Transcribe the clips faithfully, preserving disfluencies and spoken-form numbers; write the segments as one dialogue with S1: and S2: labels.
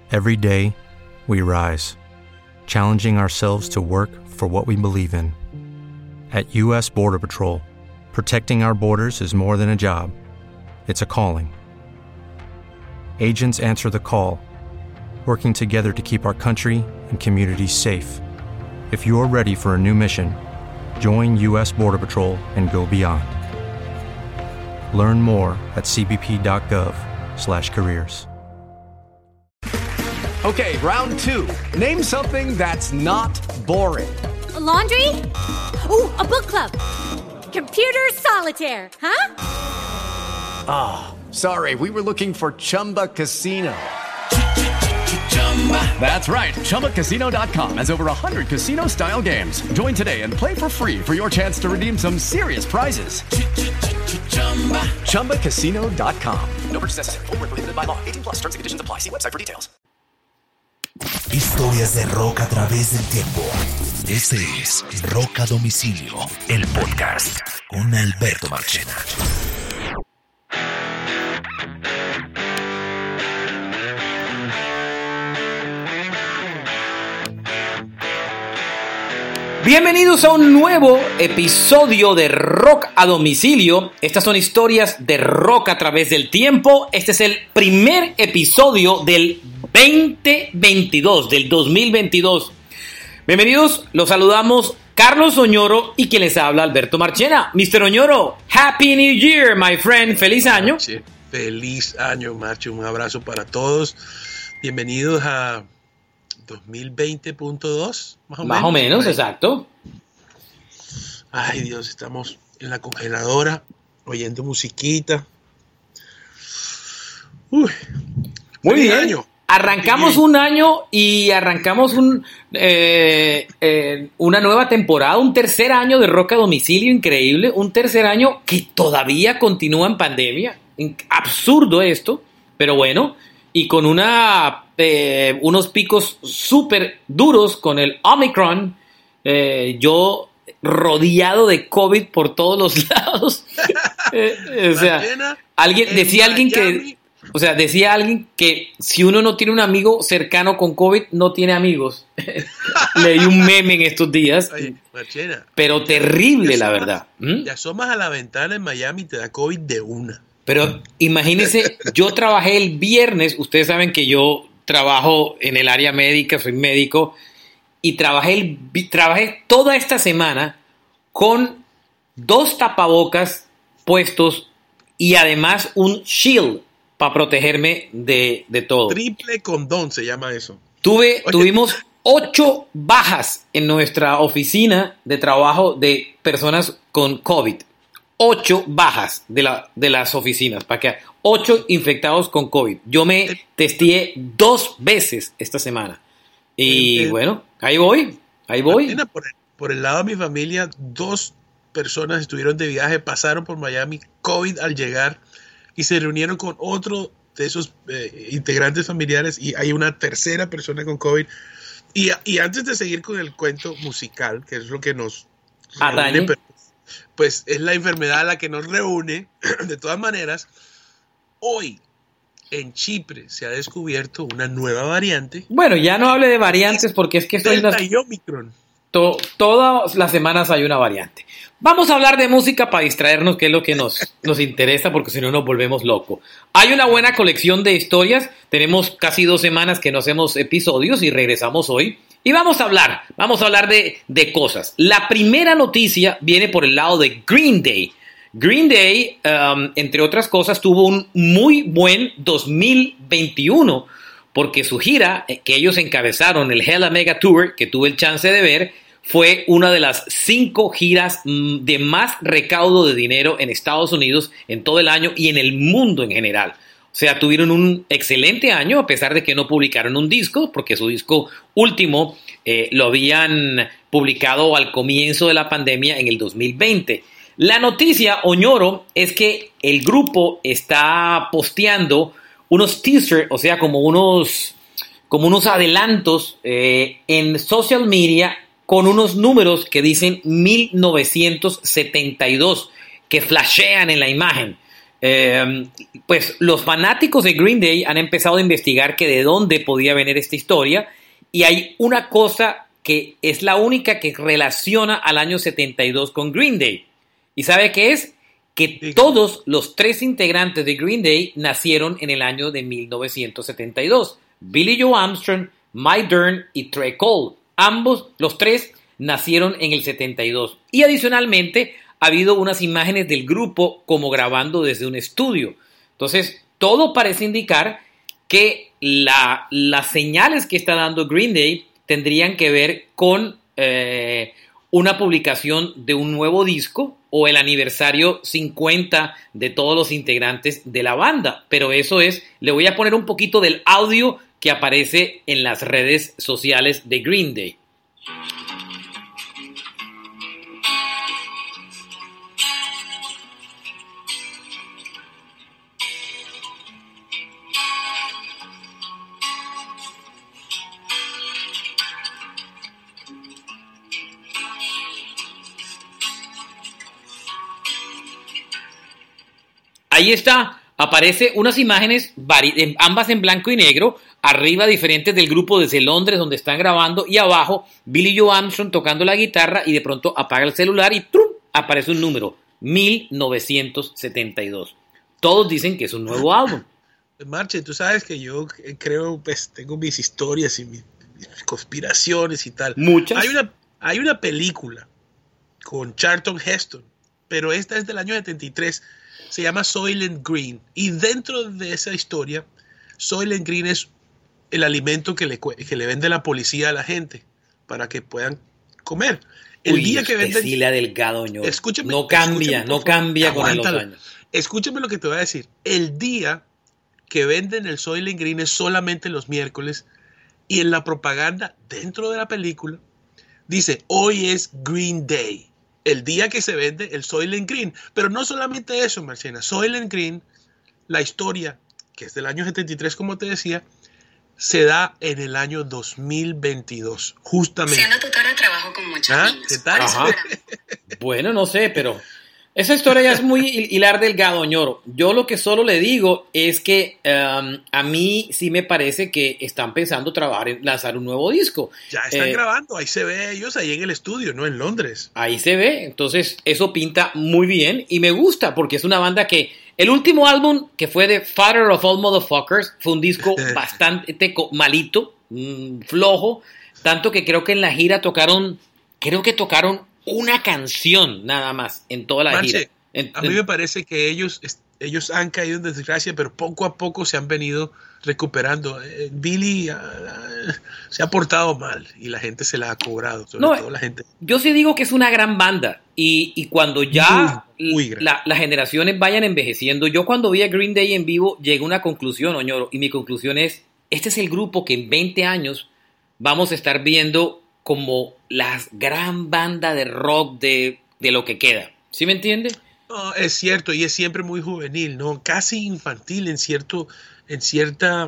S1: Every day, we rise, challenging ourselves to work for what we believe in. At U S Border Patrol, protecting our borders is more than a job. It's a calling. Agents answer the call, working together to keep our country and communities safe. If you're ready for a new mission, join U S Border Patrol and go beyond. Learn more at c b p dot gov slash careers.
S2: Okay, round two. Name something that's not boring.
S3: A laundry? Ooh, a book club. Computer solitaire, huh?
S2: Ah, oh, sorry, we were looking for Chumba Casino. That's right, chumba casino dot com has over one hundred casino-style games. Join today and play for free for your chance to redeem some serious prizes. chumba casino dot com. No purchase necessary. Void where prohibited by law. eighteen plus terms and conditions apply. See website for details.
S4: Historias de rock a través del tiempo. Este es Rock a Domicilio, el podcast con Alberto Marchena.
S5: Bienvenidos a un nuevo episodio de Rock a Domicilio. Estas son historias de rock a través del tiempo. Este es el primer episodio del veinte veintidós, del dos mil veintidós. Bienvenidos, los saludamos Carlos Oñoro y quien les habla Alberto Marchena. mister Oñoro, Happy New Year, my friend. Feliz año.
S6: Sí, feliz año, macho. Un abrazo para todos. Bienvenidos a dos mil veinte punto dos, más o
S5: más
S6: menos.
S5: Más o menos, exacto.
S6: Ay, Dios, estamos en la congeladora, oyendo musiquita. Uy,
S5: muy bien.
S6: Año.
S5: Arrancamos un año y arrancamos un, eh, eh, una nueva temporada, un tercer año de Rock a Domicilio increíble, un tercer año que todavía continúa en pandemia. Absurdo esto, pero bueno, y con una eh, unos picos súper duros con el Omicron, eh, yo rodeado de COVID por todos los lados. eh, o sea, alguien decía alguien que O sea, decía alguien que si uno no tiene un amigo cercano con COVID, no tiene amigos. Leí un meme en estos días.
S6: Oye, Marchena,
S5: pero terrible,
S6: ya
S5: la
S6: asomas,
S5: verdad. ¿Mm?
S6: Te asomas a la ventana en Miami y te da COVID de una.
S5: Pero imagínense, yo trabajé el viernes. Ustedes saben que yo trabajo en el área médica, soy médico. Y trabajé, el, trabajé toda esta semana con dos tapabocas puestos y además un shield para protegerme de, de todo.
S6: Triple condón se llama eso.
S5: Tuve,
S6: Oye.
S5: Tuvimos ocho bajas en nuestra oficina de trabajo de personas con COVID. Ocho bajas de, la, de las oficinas. Para que ocho infectados con COVID. Yo me testé dos veces esta semana. Y eh, bueno, ahí voy. Ahí voy.
S6: Martina, por, el, por el lado de mi familia, dos personas estuvieron de viaje, pasaron por Miami, COVID al llegar, y se reunieron con otro de esos eh, integrantes familiares y hay una tercera persona con COVID. Y, y antes de seguir con el cuento musical, que es lo que nos reúne, pero, pues es la enfermedad la que nos reúne. De todas maneras, hoy en Chipre se ha descubierto una nueva variante.
S5: Bueno, ya no hable de variantes porque es que estoy...
S6: Delta y Omicron.
S5: To, todas las semanas hay una variante. Vamos a hablar de música para distraernos, que es lo que nos, nos interesa, porque si no nos volvemos locos. Hay una buena colección de historias. Tenemos casi dos semanas que no hacemos episodios y regresamos hoy. Y vamos a hablar, vamos a hablar de, de cosas. La primera noticia viene por el lado de Green Day. Green Day, um, entre otras cosas, tuvo un muy buen dos mil veintiuno, porque su gira, que ellos encabezaron, el Hella Mega Tour, que tuve el chance de ver, fue una de las cinco giras de más recaudo de dinero en Estados Unidos en todo el año y en el mundo en general. O sea, tuvieron un excelente año a pesar de que no publicaron un disco, porque su disco último eh, lo habían publicado al comienzo de la pandemia en el dos mil veinte. La noticia, Oñoro, es que el grupo está posteando unos teasers, o sea, como unos, como unos adelantos eh, en social media con unos números que dicen mil novecientos setenta y dos, que flashean en la imagen. Eh, pues los fanáticos de Green Day han empezado a investigar que de dónde podía venir esta historia, y hay una cosa que es la única que relaciona al año setenta y dos con Green Day. ¿Y sabe qué es? Que sí. Todos los tres integrantes de Green Day nacieron en el año de mil novecientos setenta y dos. Billy Joe Armstrong, Mike Dirnt y Trey Cole. Ambos, los tres, nacieron en el setenta y dos. Y adicionalmente ha habido unas imágenes del grupo como grabando desde un estudio. Entonces, todo parece indicar que la, las señales que está dando Green Day tendrían que ver con eh, una publicación de un nuevo disco o el aniversario cincuenta de todos los integrantes de la banda. Pero eso es, le voy a poner un poquito del audio que aparece en las redes sociales de Green Day. Ahí está, aparece unas imágenes, vari- ambas en blanco y negro, arriba diferentes del grupo desde Londres donde están grabando, y abajo Billy Joe Armstrong tocando la guitarra, y de pronto apaga el celular y ¡trum! Aparece un número, mil novecientos setenta y dos. Todos dicen que es un nuevo álbum.
S6: Marche, tú sabes que yo creo, pues tengo mis historias y mis, mis conspiraciones y tal.
S5: Muchas.
S6: Hay una, hay una película con Charlton Heston, pero esta es del año setenta y tres. Se llama Soylent Green, y dentro de esa historia, Soylent Green es el alimento que le, que le vende la policía a la gente para que puedan comer. El
S5: Uy,
S6: día que venden,
S5: Cecilia Delgado, ño.
S6: Escúchame,
S5: no cambia,
S6: escúchame,
S5: no cambia con
S6: aguántalo.
S5: los años.
S6: Escúchame lo que te voy a decir. El día que venden el Soylent Green es solamente los miércoles, y en la propaganda dentro de la película dice: hoy es Green Day, el día que se vende el Soylent Green. Pero no solamente eso, Marcena. Soylent Green, la historia, que es del año setenta y tres, como te decía, se da en el año dos mil veintidós, justamente.
S7: Siendo tutora trabajo con muchos
S6: ¿Ah?
S7: niños.
S6: ¿Qué tal?
S5: Ajá. Bueno, no sé, pero esa historia ya es muy hilar delgado, ñoro. Yo lo que solo le digo es que um, a mí sí me parece que están pensando trabajar en lanzar un nuevo disco.
S6: Ya están
S5: Eh,
S6: grabando, ahí se ve ellos ahí en el estudio, ¿no? En Londres.
S5: Ahí se ve, entonces eso pinta muy bien y me gusta porque es una banda que el último álbum, que fue de Father of All Motherfuckers, fue un disco bastante co- malito, mmm, flojo, tanto que creo que en la gira tocaron, creo que tocaron una canción nada más en toda la
S6: Marche,
S5: gira. En,
S6: a mí me parece que ellos, ellos han caído en desgracia, pero poco a poco se han venido recuperando. Eh, Billy uh, se ha portado mal y la gente se la ha cobrado, sobre
S5: No,
S6: todo la gente.
S5: Yo sí digo que es una gran banda y, y cuando ya
S6: Muy, muy grande.
S5: la, las generaciones vayan envejeciendo, yo cuando vi a Green Day en vivo llegué a una conclusión, Oñoro, y mi conclusión es, este es el grupo que en veinte años vamos a estar viendo como la gran banda de rock de, de lo que queda. ¿Sí me entiende?
S6: No, es cierto, y es siempre muy juvenil, ¿no? Casi infantil en cierto, en cierta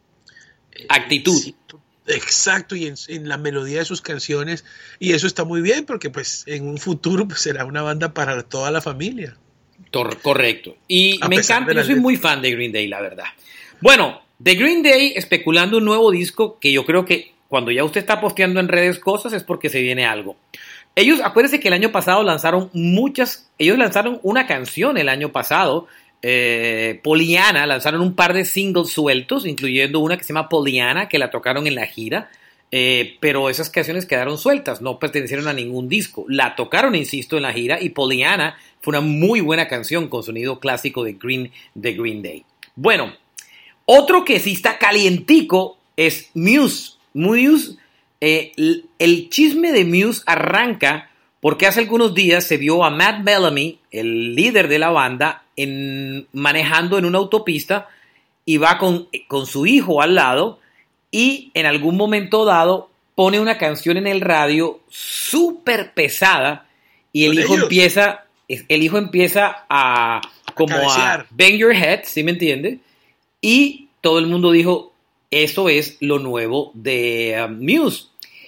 S6: eh,
S5: actitud.
S6: Cierto, exacto, y en, en la melodía de sus canciones, y eso está muy bien porque pues en un futuro pues, será una banda para toda la familia.
S5: Tor- correcto. Y
S6: A
S5: me
S6: pesar
S5: encanta,
S6: de la
S5: yo soy
S6: letra.
S5: muy fan de Green Day, la verdad. Bueno, de Green Day especulando un nuevo disco que yo creo que cuando ya usted está posteando en redes cosas es porque se viene algo. Ellos, acuérdense que el año pasado lanzaron muchas, ellos lanzaron una canción el año pasado, eh, Pollyanna, lanzaron un par de singles sueltos, incluyendo una que se llama Pollyanna, que la tocaron en la gira, eh, pero esas canciones quedaron sueltas, no pertenecieron a ningún disco. La tocaron, insisto, en la gira, y Pollyanna fue una muy buena canción con sonido clásico de Green, de Green Day. Bueno, otro que sí está calientico es Muse. Muse, eh, el, el chisme de Muse arranca porque hace algunos días se vio a Matt Bellamy, el líder de la banda, en, manejando en una autopista y va con, con su hijo al lado y en algún momento dado pone una canción en el radio súper pesada y el
S6: ¿Con
S5: hijo
S6: ellos?
S5: empieza, el hijo empieza a como a
S6: cabecear.
S5: bang your head, ¿sí me entiende? Y todo el mundo dijo, eso es lo nuevo de uh, Muse.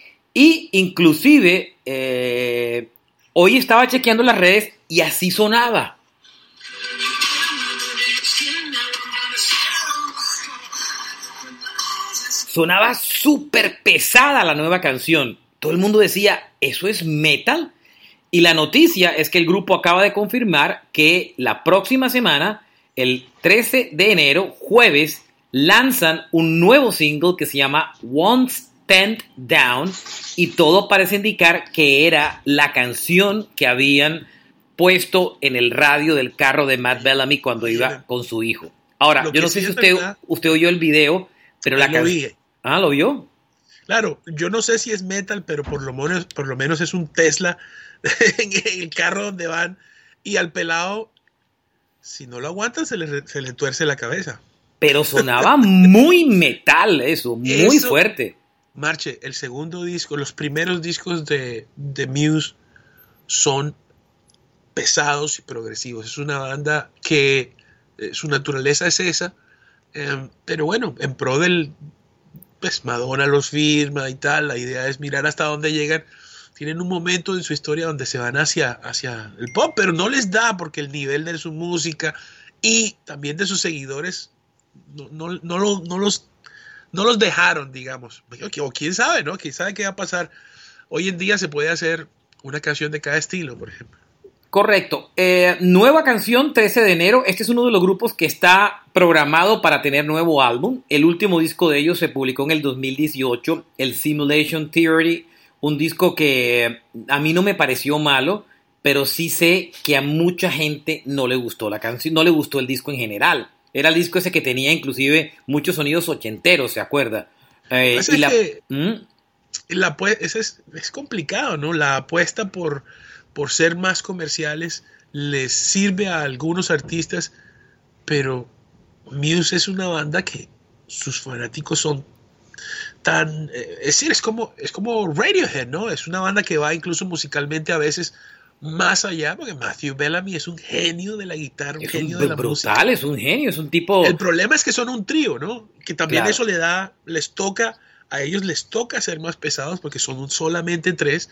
S5: Y inclusive, eh, hoy estaba chequeando las redes y así sonaba. sonaba súper pesada la nueva canción. Todo el mundo decía, ¿eso es metal? Y la noticia es que el grupo acaba de confirmar que la próxima semana, el trece de enero, jueves, lanzan un nuevo single que se llama One Stand Down, y todo parece indicar que era la canción que habían puesto en el radio del carro de Matt Bellamy cuando iba con su hijo. Ahora,
S6: Lo
S5: yo no
S6: que
S5: sé
S6: sí
S5: si
S6: es
S5: usted,
S6: verdad-
S5: usted oyó el video, pero la
S6: Lo
S5: canción...
S6: vi.
S5: Ah, ¿lo vio?
S6: Claro, yo no sé si es metal, pero por lo menos, por lo menos es un Tesla en el carro donde van, y al pelado, si no lo aguantan, se le, se le tuerce la cabeza.
S5: Pero sonaba muy metal eso, muy
S6: Eso-
S5: fuerte.
S6: Marche, el segundo disco, los primeros discos de, de Muse son pesados y progresivos. Es una banda que eh, su naturaleza es esa, eh, pero bueno, en pro del, pues Madonna los firma y tal, la idea es mirar hasta dónde llegan. Tienen un momento en su historia donde se van hacia, hacia el pop, pero no les da porque el nivel de su música y también de sus seguidores no, no, no, lo- no los, no los dejaron, digamos. O quién sabe, ¿no? Quién sabe qué va a pasar. Hoy en día se puede hacer una canción de cada estilo, por ejemplo.
S5: Correcto. Eh, nueva canción, trece de enero. Este es uno de los grupos que está programado para tener nuevo álbum. El último disco de ellos se publicó en el dos mil dieciocho, el Simulation Theory, un disco que a mí no me pareció malo, pero sí sé que a mucha gente no le gustó la canción, no le gustó el disco en general. Era el disco ese que tenía inclusive muchos sonidos ochenteros, ¿se acuerda? Eh,
S6: Pues
S5: y
S6: es
S5: la-
S6: que-
S5: ¿Mm?
S6: La, apue- ese es, es complicado, ¿no? La apuesta por, por ser más comerciales les sirve a algunos artistas, pero Muse es una banda que sus fanáticos son tan... eh, es decir, es como, es como Radiohead, ¿no? Es una banda que va incluso musicalmente a veces más allá, porque Matthew Bellamy es un genio de la guitarra, un
S5: Es
S6: genio
S5: un
S6: de la
S5: brutal,
S6: música.
S5: es un genio, es un tipo...
S6: El problema es que son un trío, ¿no? Que también
S5: Claro.
S6: eso le da, les toca, a ellos les toca ser más pesados porque son un- solamente tres,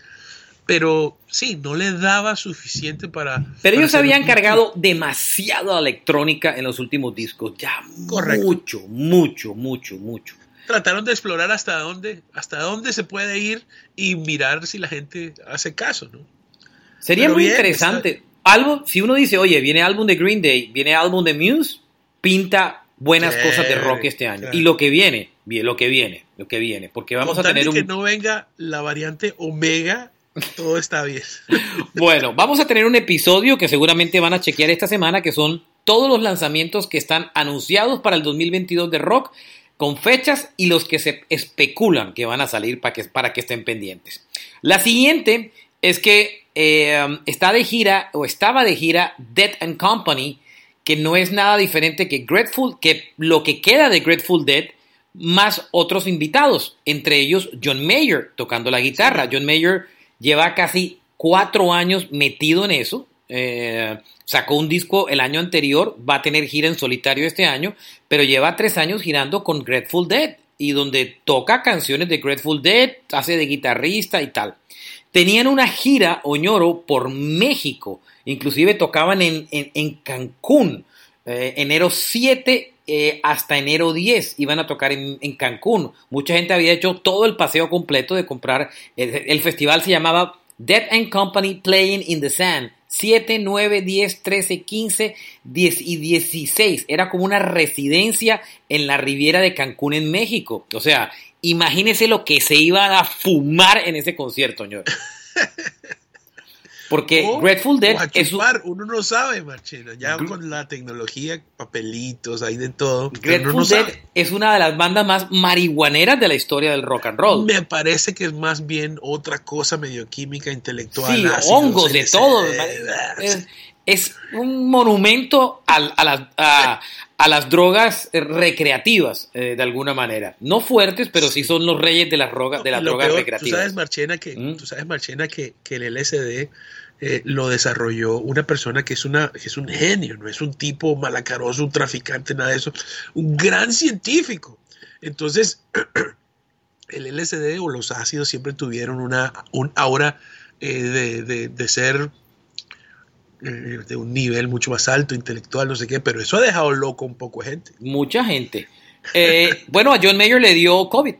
S6: pero sí, no les daba suficiente para...
S5: Pero
S6: para
S5: ellos
S6: hacer
S5: habían
S6: un-
S5: cargado demasiado electrónica en los últimos discos. Ya
S6: Correcto.
S5: mucho, mucho, mucho, mucho.
S6: Trataron de explorar hasta dónde, hasta dónde se puede ir y mirar si la gente hace caso, ¿no?
S5: Sería
S6: Pero
S5: muy
S6: bien,
S5: interesante. Álbum, si uno dice, oye, viene álbum de Green Day, viene álbum de Muse, pinta buenas
S6: Chévere,
S5: cosas de rock este año.
S6: claro.
S5: Y lo que viene, bien, lo que viene, lo que viene. Porque vamos
S6: Con
S5: a
S6: tal
S5: tener
S6: de
S5: un...
S6: que no venga la variante Omega, todo está bien.
S5: Bueno, vamos a tener un episodio que seguramente van a chequear esta semana, que son todos los lanzamientos que están anunciados para el dos mil veintidós de rock, con fechas y los que se especulan que van a salir para que, para que estén pendientes. La siguiente es que eh, está de gira, o estaba de gira, Dead and Company, que no es nada diferente que Grateful, que lo que queda de Grateful Dead, más otros invitados, entre ellos John Mayer tocando la guitarra. John Mayer lleva casi cuatro años metido en eso. Eh, sacó un disco el año anterior, va a tener gira en solitario este año, pero lleva tres años girando con Grateful Dead, y donde toca canciones de Grateful Dead, hace de guitarrista y tal. Tenían una gira, Oñoro, por México, inclusive tocaban en, en, en Cancún, eh, enero siete eh, hasta enero diez, iban a tocar en, en Cancún. Mucha gente había hecho todo el paseo completo de comprar, el, el festival se llamaba Dead and Company Playing in the Sand, siete, nueve, diez, trece, quince, diez y dieciséis. Era como una residencia en la Riviera de Cancún en México. O sea, imagínese lo que se iban a fumar en ese concierto, señor. Porque
S6: O-
S5: Grateful Dead
S6: o a
S5: es un,
S6: chupar, uno no sabe, Marchena, ya
S5: Gr-
S6: con la tecnología, papelitos, hay de todo, pero
S5: Grateful
S6: uno no
S5: Dead
S6: sabe.
S5: es una de las bandas más marihuaneras de la historia del rock and roll.
S6: Me parece que es más bien otra cosa medio química, intelectual.
S5: Sí,
S6: ácidos,
S5: hongos, de
S6: L S D,
S5: todo.
S6: ah,
S5: Es, es un monumento al- a, las, a, a las drogas eh, recreativas, eh, de alguna manera. No fuertes, pero sí son los reyes de las, drogas de las
S6: Y lo
S5: drogas
S6: peor,
S5: recreativas.
S6: Tú sabes, Marchena, que,
S5: ¿Mm?
S6: tú sabes, Marchena, que, que el L S D eh, lo desarrolló una persona que es, una, que es un genio, no es un tipo malacaroso, un traficante, nada de eso, un gran científico. Entonces, el L S D o los ácidos siempre tuvieron una, un aura eh, de, de, de ser eh, de un nivel mucho más alto, intelectual, no sé qué, pero eso ha dejado loco un poco a gente.
S5: Mucha gente. Eh, bueno, a John Mayer le dio COVID.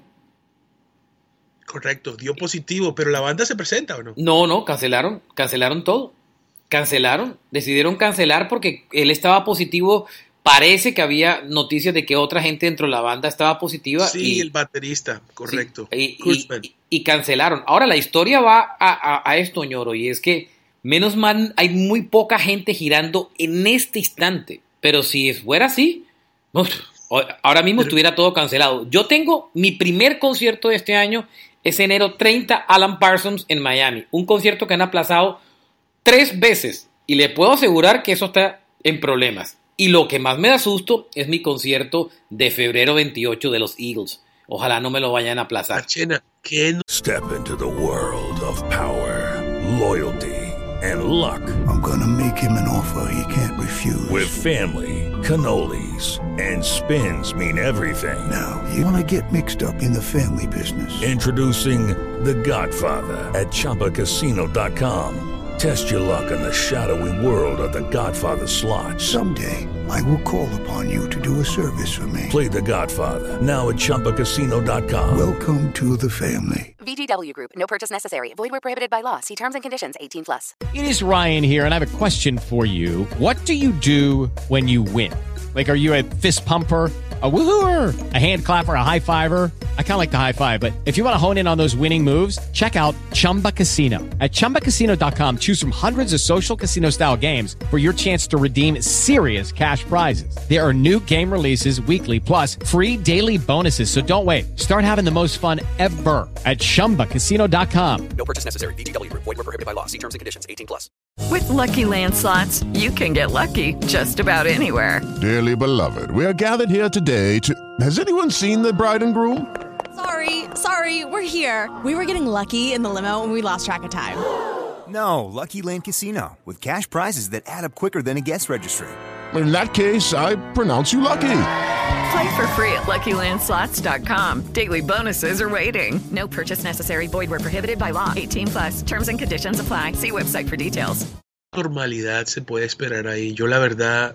S6: Correcto, dio positivo, pero la banda se presenta, ¿o no?
S5: No, no, cancelaron, cancelaron todo. Cancelaron, decidieron cancelar porque él estaba positivo. Parece que había noticias de que otra gente dentro de la banda estaba positiva.
S6: Sí,
S5: y,
S6: el baterista, correcto.
S5: Sí, y, y, y, y cancelaron. Ahora la historia va a, a, a esto, ñoro, y es que menos mal hay muy poca gente girando en este instante. Pero si fuera así, uf, ahora mismo Pero, estuviera todo cancelado. Yo tengo mi primer concierto de este año, es enero treinta, Alan Parsons en Miami. Un concierto que han aplazado tres veces. Y le puedo asegurar que eso está en problemas. Y lo que más me da susto es mi concierto de febrero veintiocho de los Eagles. Ojalá no me lo vayan a aplazar.
S6: Machena, ¿qué no?
S7: Step into the world of power, loyalty, and luck.
S8: I'm gonna make him an offer he can't refuse.
S7: With family, cannolis, and spins mean everything.
S8: Now, you wanna get mixed up in the family business.
S7: Introducing The Godfather at Chumba Casino dot com. Test your luck in the shadowy world of The Godfather slot.
S8: Someday, I will call upon you to do a service for me.
S7: Play The Godfather, now at Chumba Casino dot com.
S8: Welcome to the family.
S9: V G W Group, no purchase necessary. Void where prohibited by law. See terms and conditions, eighteen plus.
S10: It is Ryan here, and I have a question for you. What do you do when you win? Like, are you a fist pumper, a woohooer, a hand clapper, a high fiver? I kind of like the high five, but if you want to hone in on those winning moves, check out Chumba Casino. At Chumba Casino dot com, choose from hundreds of social casino-style games for your chance to redeem serious cash prizes. There are new game releases weekly, plus free daily bonuses, so don't wait. Start having the most fun ever at Chumba Casino dot com.
S11: No purchase necessary. V G W Group. Void where prohibited by law. See terms and conditions. eighteen plus.
S12: With Lucky Land Slots, you can get lucky just about anywhere.
S13: Dearly beloved, we are gathered here today to... Has anyone seen the bride and groom?
S14: Sorry, sorry, we're here. We were getting lucky in the limo and we lost track of time.
S15: No, Lucky Land Casino, with cash prizes that add up quicker than a guest registry.
S13: In that case, I pronounce you lucky.
S12: Play for free at Lucky Land Slots dot com. Daily bonuses are waiting. No purchase necessary. Void where prohibited by law. eighteen plus. Terms and conditions apply. See website for details.
S6: Normalidad se puede esperar ahí. Yo la verdad,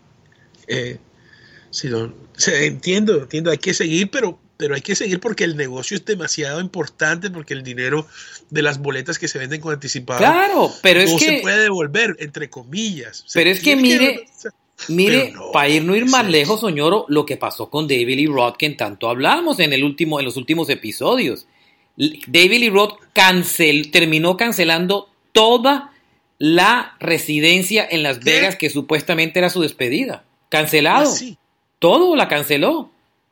S6: eh, sí, no, o sea, entiendo, entiendo, hay que seguir, pero, pero hay que seguir porque el negocio es demasiado importante, porque el dinero de las boletas que se venden con anticipado,
S5: claro, pero es
S6: no
S5: que
S6: se puede devolver, entre comillas. O sea,
S5: pero es que mire,
S6: que, o sea,
S5: mire,
S6: no,
S5: para ir no ir más
S6: sí.
S5: lejos, Soñoro, lo que pasó con David Lee Roth, que en tanto hablamos en el último, en los últimos episodios. David Lee Roth cancel, terminó cancelando toda la residencia en Las
S6: ¿Qué?
S5: Vegas, que supuestamente era su despedida. Cancelado.
S6: Ah, sí.
S5: Todo la canceló.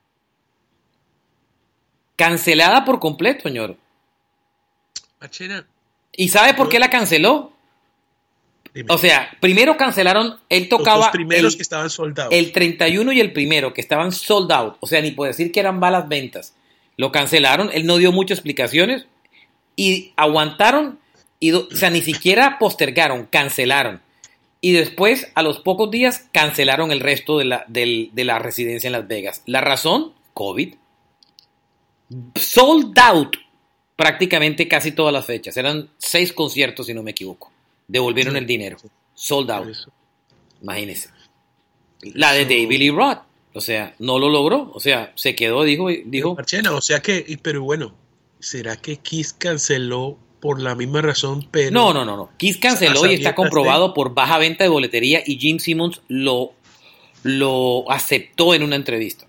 S5: Cancelada por completo, señor.
S6: Machena.
S5: ¿Y sabe por qué la canceló?
S6: Dime.
S5: O sea, primero cancelaron, él tocaba
S6: los dos primeros
S5: el,
S6: que estaban soldados.
S5: El treinta y uno y el primero, que estaban sold out. O sea, ni puedo decir que eran malas ventas. Lo cancelaron, él no dio muchas explicaciones y aguantaron, y do, o sea, ni siquiera postergaron, cancelaron. Y después, a los pocos días, cancelaron el resto de la, de, de la residencia en Las Vegas. ¿La razón? COVID. Sold out prácticamente casi todas las fechas. Eran seis conciertos, si no me equivoco. Devolvieron sí, el dinero. Sold out. Imagínense. La de David Lee Roth. O sea, no lo logró. O sea, se quedó, dijo. dijo
S6: Marchena, o sea que, pero bueno, ¿será que Kiss canceló por la misma razón? Pero
S5: no, no, no, no. Kiss canceló, o sea, y está comprobado de... por baja venta de boletería, y Gene Simmons lo, lo aceptó en una entrevista.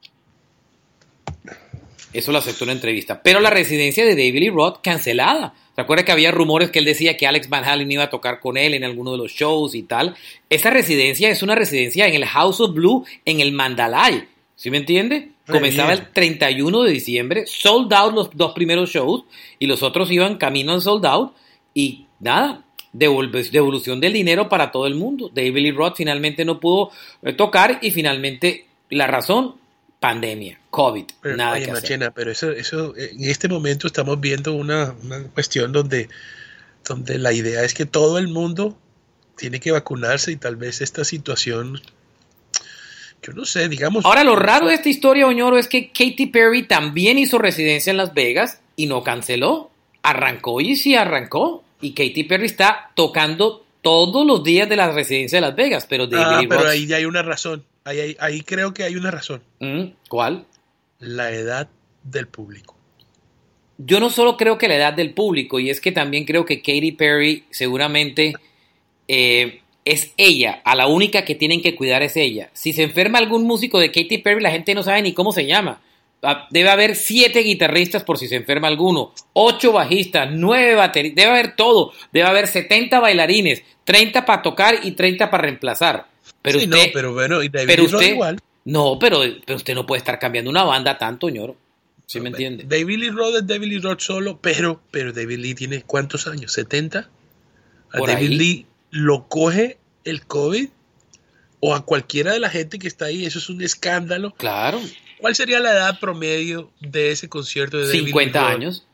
S5: Eso lo aceptó en una entrevista. Pero la residencia de David Lee Roth cancelada. ¿Se acuerda que había rumores que él decía que Alex Van Halen iba a tocar con él en alguno de los shows y tal? Esa residencia es una residencia en el House of Blue, en el Mandalay. ¿Sí me entiende? Comenzaba el treinta y uno de diciembre, sold out los dos primeros shows, y los otros iban camino al sold out, y nada, devolv- devolución del dinero para todo el mundo. David Lee Roth finalmente no pudo eh, tocar, y finalmente la razón, pandemia, COVID,
S6: pero,
S5: nada
S6: oye,
S5: que
S6: Machena,
S5: hacer.
S6: pero eso, eso, en este momento estamos viendo una, una cuestión donde, donde la idea es que todo el mundo tiene que vacunarse, y tal vez esta situación, yo no sé, digamos...
S5: Ahora, lo raro de esta historia, Oñoro, es que Katy Perry también hizo residencia en Las Vegas y no canceló. Arrancó y sí arrancó. Y Katy Perry está tocando todos los días de la residencia de Las Vegas, pero David
S6: ah,
S5: Lee
S6: pero
S5: Roth...
S6: ahí ya hay una razón. ahí, ahí, ahí creo que hay una razón.
S5: ¿Mm? ¿Cuál?
S6: La edad del público.
S5: Yo no solo creo que la edad del público, y es que también creo que Katy Perry seguramente eh, es ella, a la única que tienen que cuidar es ella. Si se enferma algún músico de Katy Perry, la gente no sabe ni cómo se llama. Debe haber siete guitarristas por si se enferma alguno, ocho bajistas, nueve bateristas, debe haber todo, debe haber setenta bailarines, treinta para tocar y treinta para reemplazar. Pero
S6: sí,
S5: usted,
S6: no, pero bueno, y David
S5: pero
S6: Lee Roth
S5: usted,
S6: igual.
S5: No, pero, pero usted no puede estar cambiando una banda tanto, ñoro. ¿Sí me entiende?
S6: David Lee Roth es David Lee Roth solo, pero, pero David Lee tiene ¿cuántos años? ¿setenta? A
S5: Por
S6: David
S5: ahí.
S6: Lee lo coge el COVID o a cualquiera de la gente que está ahí, eso es un escándalo.
S5: Claro.
S6: ¿Cuál sería la edad promedio de ese concierto de David
S5: cincuenta
S6: Lee Roth?
S5: años.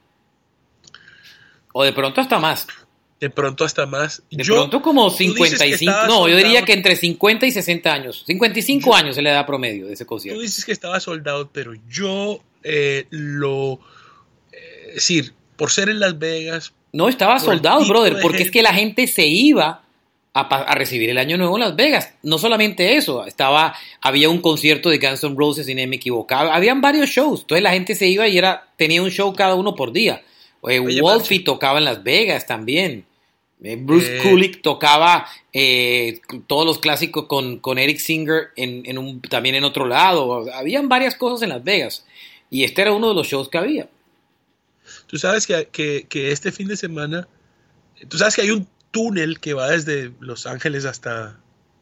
S5: O de pronto hasta más.
S6: De pronto hasta más.
S5: De
S6: Yo-
S5: pronto como
S6: tú dices que
S5: cincuenta y cinco.
S6: estaba
S5: No, yo diría
S6: soldado.
S5: que entre cincuenta y sesenta años. cincuenta y cinco años es la edad promedio de ese concierto.
S6: Tú dices que estaba soldado, pero yo eh, lo... eh, es decir, por ser en Las Vegas...
S5: No, estaba
S6: por el
S5: soldado,
S6: tipo
S5: brother,
S6: de
S5: porque es
S6: gente-
S5: que la gente se iba a, pa- a recibir el Año Nuevo en Las Vegas. No solamente eso, estaba, había un concierto de Guns N' Roses, si no me equivocaba. Habían varios shows, entonces la gente se iba y era tenía un show cada uno por día. Eh,
S6: Oye,
S5: Wolfie tocaba en Las Vegas también. Eh, Bruce
S6: Eh.
S5: Kulick tocaba eh, todos los clásicos con, con Eric Singer en, en un, también en otro lado. Habían varias cosas en Las Vegas. Y este era uno de los shows que había.
S6: Tú sabes que, que, que este fin de semana... Tú sabes que hay un túnel que va desde Los Ángeles hasta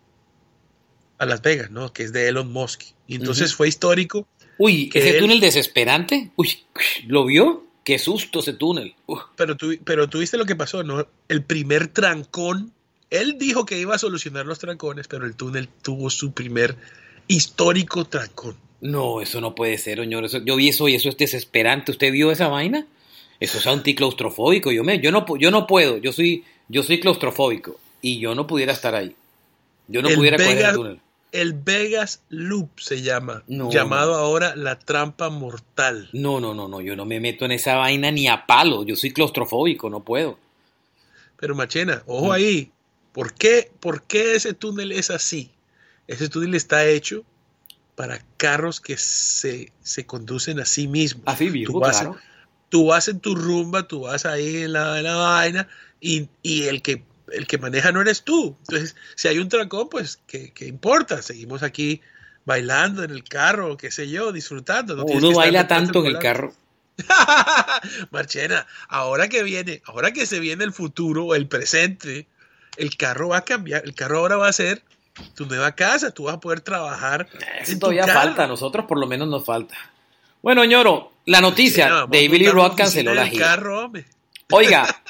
S6: a Las Vegas, ¿no? Que es de Elon Musk. Y entonces
S5: Ujú.
S6: fue histórico.
S5: Uy,
S6: que
S5: ese
S6: él-
S5: túnel desesperante. Uy, ¿lo vio? Qué susto ese túnel. Uf.
S6: Pero tú, pero tú viste lo que pasó, ¿no? El primer trancón, él dijo que iba a solucionar los trancones, pero el túnel tuvo su primer histórico trancón.
S5: No, eso no puede ser, señor. Eso, yo vi eso y eso es desesperante. ¿Usted vio esa vaina? Eso es anticlaustrofóbico. Yo me, yo no, pu- yo no puedo. Yo soy, yo soy claustrofóbico y yo no pudiera estar ahí. Yo no
S6: El
S5: pudiera coger el
S6: Vegas-
S5: túnel.
S6: El Vegas Loop se llama,
S5: No,
S6: llamado
S5: no.
S6: ahora la trampa mortal.
S5: No, no, no, no. Yo no me meto en esa vaina ni a palo. Yo soy claustrofóbico, no puedo.
S6: Pero Machena, ojo
S5: Mm.
S6: ahí, ¿por qué, ¿por qué ese túnel es así? Ese túnel está hecho para carros que se, se conducen a sí mismos.
S5: Así mismo,
S6: tú vas,
S5: claro.
S6: tú vas en tu rumba, tú vas ahí en la, en la vaina y, y el que el que maneja no eres tú. Entonces, si hay un trancón, pues, ¿qué, qué importa? Seguimos aquí bailando en el carro, qué sé yo, disfrutando. No tienes
S5: Uno
S6: que estar
S5: baila
S6: detrás del
S5: tanto en el
S6: volante.
S5: carro.
S6: Marchena, ahora que viene, ahora que se viene el futuro o el presente, el carro va a cambiar, el carro ahora va a ser tu nueva casa, tú vas a poder trabajar.
S5: Eso
S6: en tu
S5: todavía
S6: carro.
S5: falta, a nosotros por lo menos nos falta. Bueno, ñoro, la noticia,
S6: Marchena, vamos a
S5: David Lee
S6: montar una
S5: Roth canceló
S6: oficina
S5: la
S6: en el
S5: gira.
S6: carro, hombre.
S5: Oiga,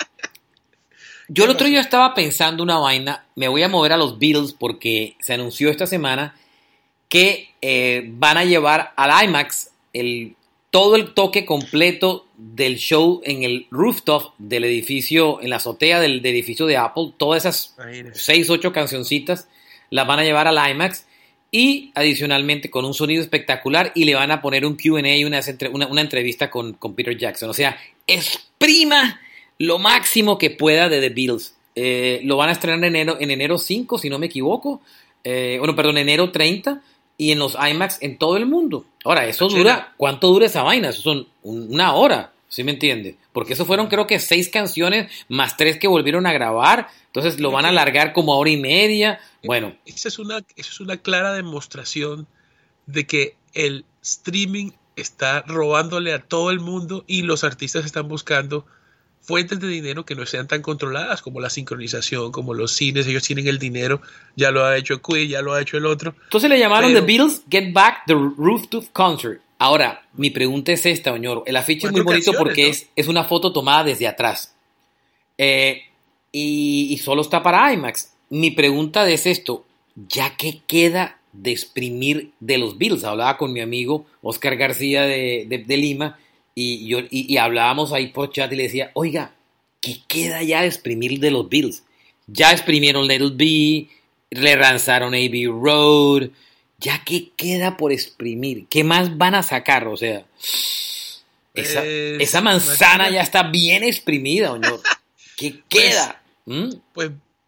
S5: yo el otro día estaba pensando una vaina, me voy a mover a los Beatles porque se anunció esta semana que eh, van a llevar al IMAX el, todo el toque completo del show en el rooftop del edificio, en la azotea del, del edificio de Apple, todas esas
S6: Imagínese.
S5: seis, ocho cancioncitas las van a llevar al IMAX y adicionalmente con un sonido espectacular y le van a poner un Q and A y una, una, una entrevista con, con Peter Jackson. O sea, exprima lo máximo que pueda de The Beatles. Eh, lo van a estrenar en enero, en enero cinco, si no me equivoco. Eh, bueno, perdón, enero treinta. Y en los IMAX en todo el mundo. Ahora, eso dura, ¿cuánto dura esa vaina? Eso son un- una hora, ¿sí me entiende? Porque eso fueron creo que seis canciones más tres que volvieron a grabar. Entonces lo van a alargar como a hora y media. Bueno,
S6: Esa es una, esa es una clara demostración de que el streaming está robándole a todo el mundo y los artistas están buscando fuentes de dinero que no sean tan controladas como la sincronización, como los cines. Ellos tienen el dinero, ya lo ha hecho Queen, ya lo ha hecho el otro.
S5: entonces le llamaron
S6: Pero-
S5: The Beatles Get Back the Rooftop Concert. Ahora, mi pregunta es esta, Oñoro. El afiche es muy
S6: Cuatro
S5: bonito
S6: canciones,
S5: porque
S6: ¿no?
S5: es, es una foto tomada desde atrás. Eh, y, y solo está para IMAX. Mi pregunta es esto. ¿Ya qué queda de exprimir de los Beatles? Hablaba con mi amigo Oscar García de, de, de Lima y, yo, y, y hablábamos ahí por chat y le decía, oiga, ¿qué queda ya de exprimir de los Beatles? Ya exprimieron Let It Be, le lanzaron Abbey Road, ¿ya qué queda por exprimir? ¿Qué más van a sacar? O sea, esa,
S6: Pues,
S5: esa manzana
S6: imagínate.
S5: ya está bien exprimida, Oñoro. ¿Qué queda? ¿Mm?
S6: Pues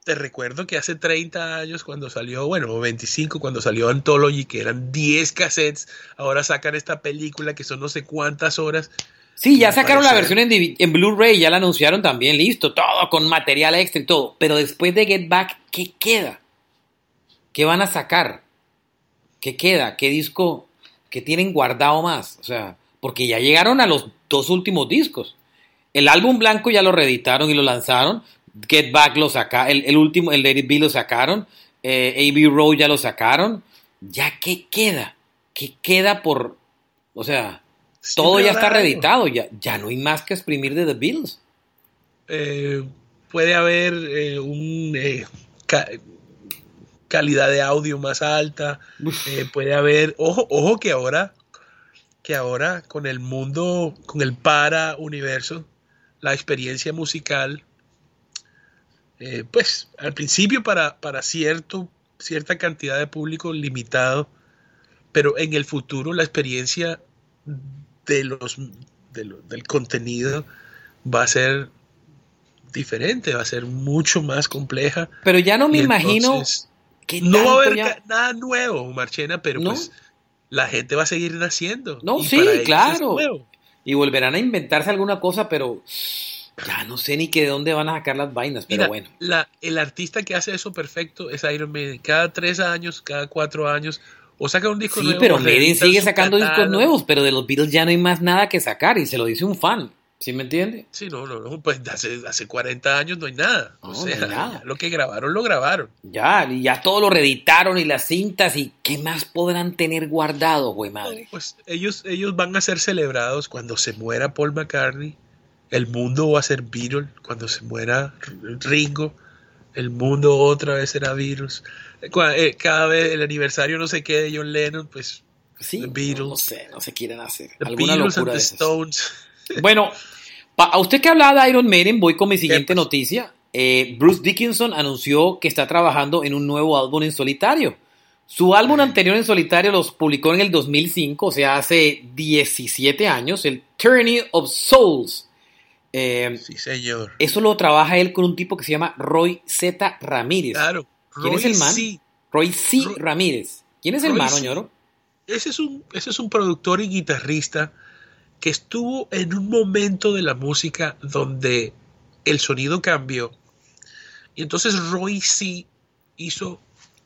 S6: te recuerdo que hace treinta años cuando salió, bueno, veinticinco, cuando salió Anthology, que eran diez cassettes, ahora sacan esta película que son no sé cuántas horas.
S5: Sí, ya sacaron la versión en, en Blu-ray, ya la anunciaron también, listo, todo con material extra y todo. Pero después de Get Back, ¿qué queda? ¿Qué van a sacar? ¿Qué queda? ¿Qué disco? ¿Qué tienen guardado más? O sea, porque ya llegaron a los dos últimos discos. El álbum blanco ya lo reeditaron y lo lanzaron. Get Back lo sacaron, el, el último, el Let It Be lo sacaron. Eh, Abbey Road ya lo sacaron. ¿Ya qué queda? ¿Qué queda por...? O sea... Todo ya está reeditado, ya, ya no hay más que exprimir de The Beatles.
S6: Eh, puede haber eh, un eh, ca calidad de audio más alta, eh, puede haber, ojo, ojo que ahora, que ahora con el mundo, con el para universo, la experiencia musical, eh, pues al principio para, para cierto, cierta cantidad de público limitado, pero en el futuro la experiencia de los de lo, del contenido va a ser diferente, va a ser mucho más compleja.
S5: Pero ya no me imagino
S6: que no va a haber ya... nada nuevo, Marchena, pero ¿no? Pues la gente va a seguir naciendo.
S5: No, sí, claro. Y volverán a inventarse alguna cosa, pero ya no sé ni que de dónde van a sacar las vainas, pero
S6: Mira,
S5: bueno.
S6: La, el artista que hace eso perfecto es Iron Maiden. Cada tres años, cada cuatro años, o saca un disco
S5: sí,
S6: nuevo.
S5: Sí, pero Maiden sigue sacando catálogo. discos nuevos, pero de los Beatles ya no hay más nada que sacar, y se lo dice un fan. ¿Sí me entiende?
S6: Sí, no, no, no, pues hace, hace cuarenta años no hay nada. No, o sea,
S5: no hay nada.
S6: Lo que grabaron, lo grabaron.
S5: Ya, y ya todo lo reeditaron y las cintas, y ¿qué más podrán tener guardado, güey madre?
S6: No, pues ellos, ellos van a ser celebrados cuando se muera Paul McCartney. El mundo va a ser Beatles. Cuando se muera Ringo, el mundo otra vez será Beatles. Cada vez el aniversario no sé qué de John Lennon, pues
S5: sí,
S6: The Beatles.
S5: No, no sé, no se quieren hacer.
S6: The
S5: Alguna
S6: Beatles
S5: locura
S6: and the
S5: de
S6: Stones.
S5: Bueno, a usted que hablaba de Iron Maiden, voy con mi siguiente noticia. Eh, Bruce Dickinson anunció que está trabajando en un nuevo álbum en solitario. Su álbum anterior en solitario los publicó en el dos mil cinco, o sea, hace diecisiete años, el Tyranny of Souls. Eh,
S6: sí, señor.
S5: Eso lo trabaja él con un tipo que se llama Roy Z. Ramírez.
S6: Claro.
S5: ¿Quién
S6: Roy
S5: es el man?
S6: C.
S5: Roy C. Roy, Ramírez. ¿Quién es el
S6: Roy
S5: man,
S6: C.
S5: Oñoro?
S6: Ese es un, ese es un productor y guitarrista que estuvo en un momento de la música donde el sonido cambió. Y entonces Roy C. hizo,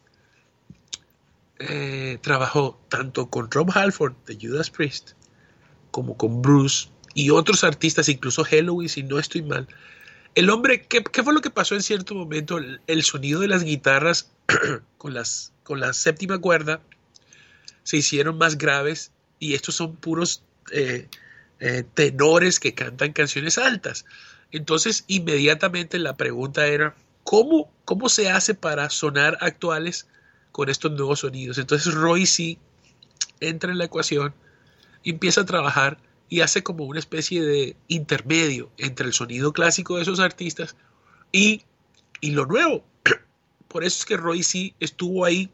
S6: eh, trabajó tanto con Rob Halford de Judas Priest, como con Bruce y otros artistas, incluso Helloween, si no estoy mal. El hombre, ¿qué, qué fue lo que pasó en cierto momento? El, el sonido de las guitarras con, las, con la séptima cuerda se hicieron más graves, y estos son puros eh, eh, tenores que cantan canciones altas. Entonces, inmediatamente la pregunta era, ¿cómo, cómo se hace para sonar actuales con estos nuevos sonidos? Entonces Roy C. entra en la ecuación y empieza a trabajar y hace como una especie de intermedio entre el sonido clásico de esos artistas y, y lo nuevo. Por eso es que Roy C. estuvo ahí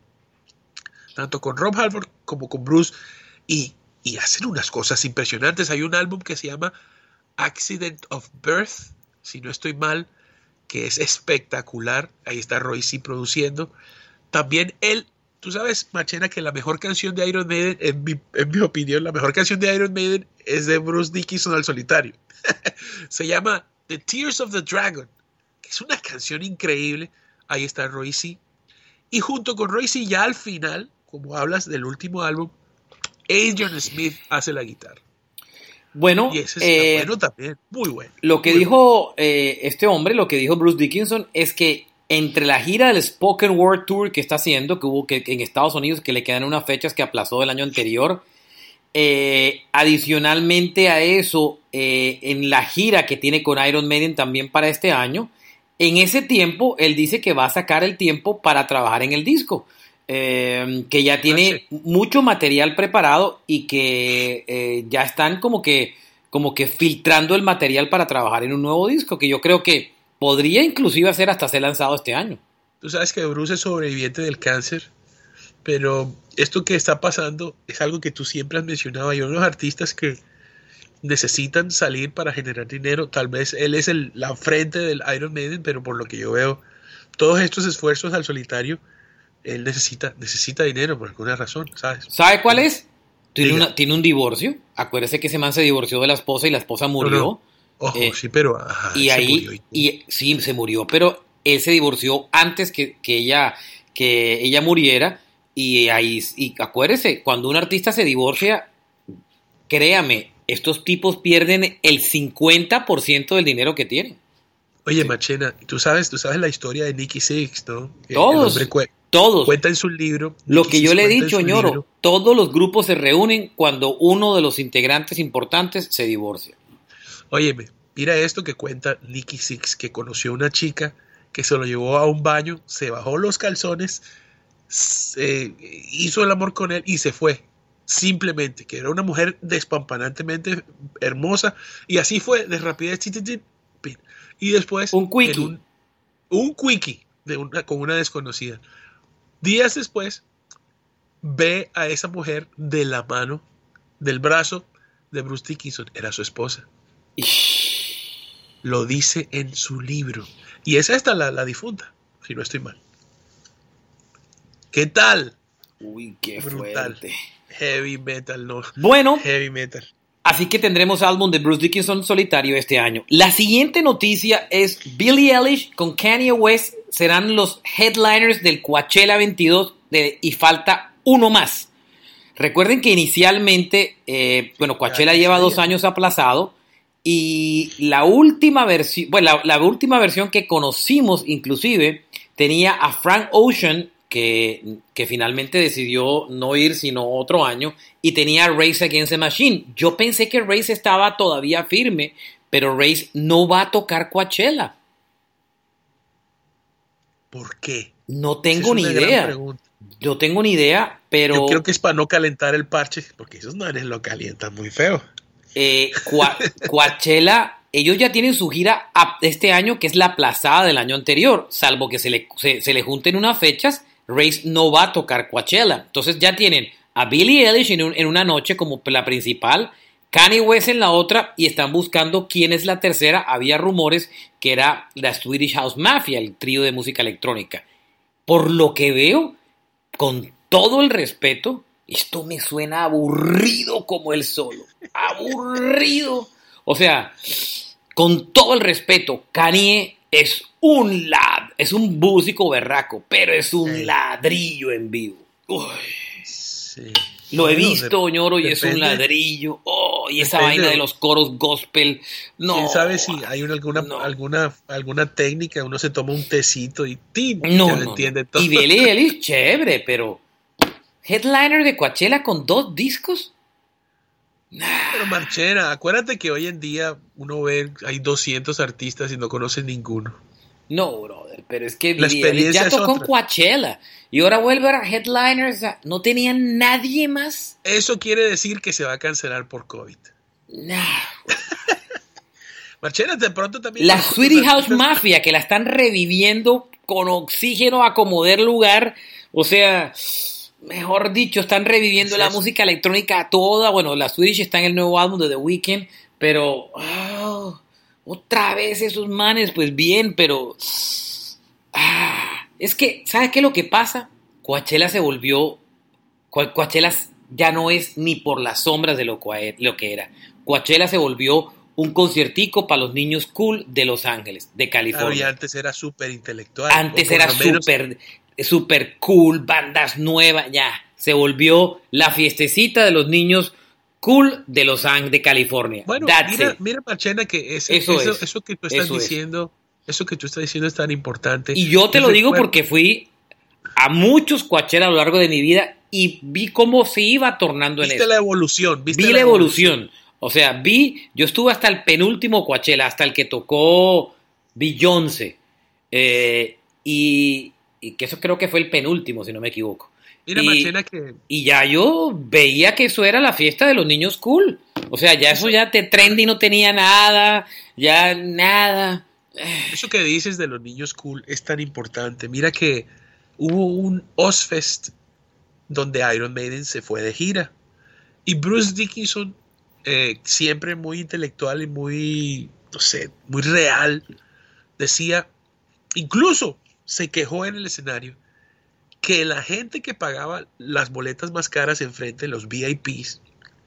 S6: tanto con Rob Halford como con Bruce, y, y hacen unas cosas impresionantes. Hay un álbum que se llama Accident of Birth, si no estoy mal, que es espectacular. Ahí está Roy C. produciendo. También él, tú sabes, Machena, que la mejor canción de Iron Maiden, en mi, en mi opinión, la mejor canción de Iron Maiden es de Bruce Dickinson al solitario. Se llama The Tears of the Dragon, que es una canción increíble. Ahí está Roy C. Y junto con Roy C, ya al final, como hablas del último álbum, Adrian Smith hace la guitarra.
S5: Bueno,
S6: y ese está
S5: eh,
S6: bueno también, muy bueno.
S5: Lo que
S6: muy
S5: dijo
S6: bueno.
S5: eh, este hombre, lo que dijo Bruce Dickinson, es que entre la gira del Spoken Word Tour que está haciendo, que hubo que, que en Estados Unidos, que le quedan unas fechas que aplazó del año anterior, eh, adicionalmente a eso, eh, en la gira que tiene con Iron Maiden también para este año, en ese tiempo él dice que va a sacar el tiempo para trabajar en el disco, eh, que ya tiene
S6: sí.
S5: mucho material preparado y que eh, ya están como que, como que filtrando el material para trabajar en un nuevo disco, que yo creo que podría inclusive ser hasta ser lanzado este año.
S6: Tú sabes que Bruce es sobreviviente del cáncer, pero esto que está pasando es algo que tú siempre has mencionado. Hay unos artistas que necesitan salir para generar dinero. Tal vez él es el, la frente del Iron Maiden, pero por lo que yo veo todos estos esfuerzos al solitario, él necesita, necesita dinero por alguna razón, ¿sabes?
S5: ¿Sabe cuál es? Tiene, una, tiene un divorcio. Acuérdese que ese man se divorció de la esposa y la esposa murió.
S6: No, no. Ojo, eh, sí, pero... Ajá,
S5: y ahí, murió y... y sí, se murió, pero él se divorció antes que, que, ella, que ella muriera. Y ahí, y acuérdese, cuando un artista se divorcia, créame, estos tipos pierden el cincuenta por ciento del dinero que tienen.
S6: Oye, Machena, tú sabes, tú sabes la historia de Nicky Six, ¿no?
S5: Todos, cu- todos.
S6: Cuenta en su libro.
S5: Lo Nicky que yo Six le he dicho, ñoro, libro. Todos los grupos se reúnen cuando uno de los integrantes importantes se divorcia.
S6: Óyeme, mira esto que cuenta Nicky Six, que conoció a una chica que se lo llevó a un baño, se bajó los calzones, se hizo el amor con él y se fue. Simplemente, que era una mujer despampanantemente hermosa, y así fue, de rapidez, y después
S5: un quickie,
S6: un, un quickie de una, con una desconocida. Días después ve a esa mujer de la mano, del brazo de Bruce Dickinson, era su esposa. Lo dice en su libro, y es esta la, la difunta, si no estoy mal. ¿Qué tal?
S5: Uy, qué
S6: brutal. Fuerte. Heavy metal, no.
S5: Bueno,
S6: heavy metal.
S5: Así que tendremos álbum de Bruce Dickinson solitario este año. La siguiente noticia es Billie Eilish con Kanye West serán los headliners del Coachella veintidós de, y falta uno más. Recuerden que inicialmente, eh, bueno, Coachella lleva dos años aplazado y la última versión, bueno, la, la última versión que conocimos inclusive tenía a Frank Ocean, Que, que finalmente decidió no ir sino otro año, y tenía Rage Against the Machine. Yo pensé que Rage estaba todavía firme, pero Rage no va a tocar Coachella.
S6: ¿Por qué?
S5: No tengo ni idea. No tengo ni idea, pero...
S6: Yo creo que es para no calentar el parche, porque esos manes lo calientan muy feo.
S5: Eh, Coachella... Ellos ya tienen su gira este año, que es la aplazada del año anterior, salvo que se le, se, se le junten unas fechas. Race no va a tocar Coachella. Entonces ya tienen a Billie Eilish en, un, en una noche como la principal, Kanye West en la otra, y están buscando quién es la tercera. Había rumores que era la Swedish House Mafia, el trío de música electrónica. Por lo que veo, con todo el respeto, esto me suena aburrido como el solo. Aburrido. O sea, con todo el respeto, Kanye es un lad, es un músico berraco, pero es un sí. ladrillo en vivo. Uy. Sí. Lo he bueno, visto, de, ñoro, y depende, es un ladrillo. Oh, y esa vaina de los coros gospel. No.
S6: ¿Quién sabe si hay una, alguna, no. alguna, alguna técnica? Uno se toma un tecito y ¡tin!
S5: No,
S6: ya
S5: no,
S6: lo entiende todo.
S5: Y Billie Eilish, chévere, pero headliner de Coachella con dos discos.
S6: Pero Marchena, acuérdate que hoy en día uno ve, hay doscientos artistas y no conoce ninguno.
S5: No, brother, pero es que Billie ya tocó en Coachella y ahora vuelve a headliners, o sea, no tenía nadie más.
S6: Eso quiere decir que se va a cancelar por COVID.
S5: No.
S6: Marchena, de pronto también...
S5: La Swedish House Mafia, que la están reviviendo con oxígeno a como der lugar, o sea... Mejor dicho, están reviviendo la música electrónica toda. Bueno, la Swedish está en el nuevo álbum de The Weeknd, pero oh, otra vez esos manes, pues bien, pero ah, es que, ¿sabes qué es lo que pasa? Coachella se volvió, Coachella ya no es ni por las sombras de lo, lo que era. Coachella se volvió un conciertico para los niños cool de Los Ángeles, de California.
S6: Claro, y antes era súper intelectual.
S5: Antes era súper... super cool, bandas nuevas, ya, se volvió la fiestecita de los niños cool de Los Ángeles, de California.
S6: Bueno,
S5: That's
S6: mira,
S5: it.
S6: mira, Marchena, que ese, eso, eso, es. eso que tú estás eso diciendo, es. eso que tú estás diciendo es tan importante.
S5: Y yo te yo lo digo recuerdo... porque fui a muchos Coachella a lo largo de mi vida y vi cómo se iba tornando
S6: ¿Viste
S5: en eso.
S6: La evolución, ¿viste
S5: vi
S6: la,
S5: la
S6: evolución?
S5: evolución. O sea, vi, yo estuve hasta el penúltimo Coachella, hasta el que tocó Beyoncé. Eh, y... Y que eso creo que fue el penúltimo, si no me equivoco.
S6: Mira,
S5: y,
S6: Marchena, que...
S5: y ya yo veía que eso era la fiesta de los niños cool. O sea, ya eso, eso ya te trendy no tenía nada, ya nada.
S6: Eso que dices de los niños cool es tan importante. Mira que hubo un Ozfest donde Iron Maiden se fue de gira. Y Bruce Dickinson, eh, siempre muy intelectual y muy, no sé, muy real, decía, incluso... se quejó en el escenario que la gente que pagaba las boletas más caras enfrente, los V I Ps,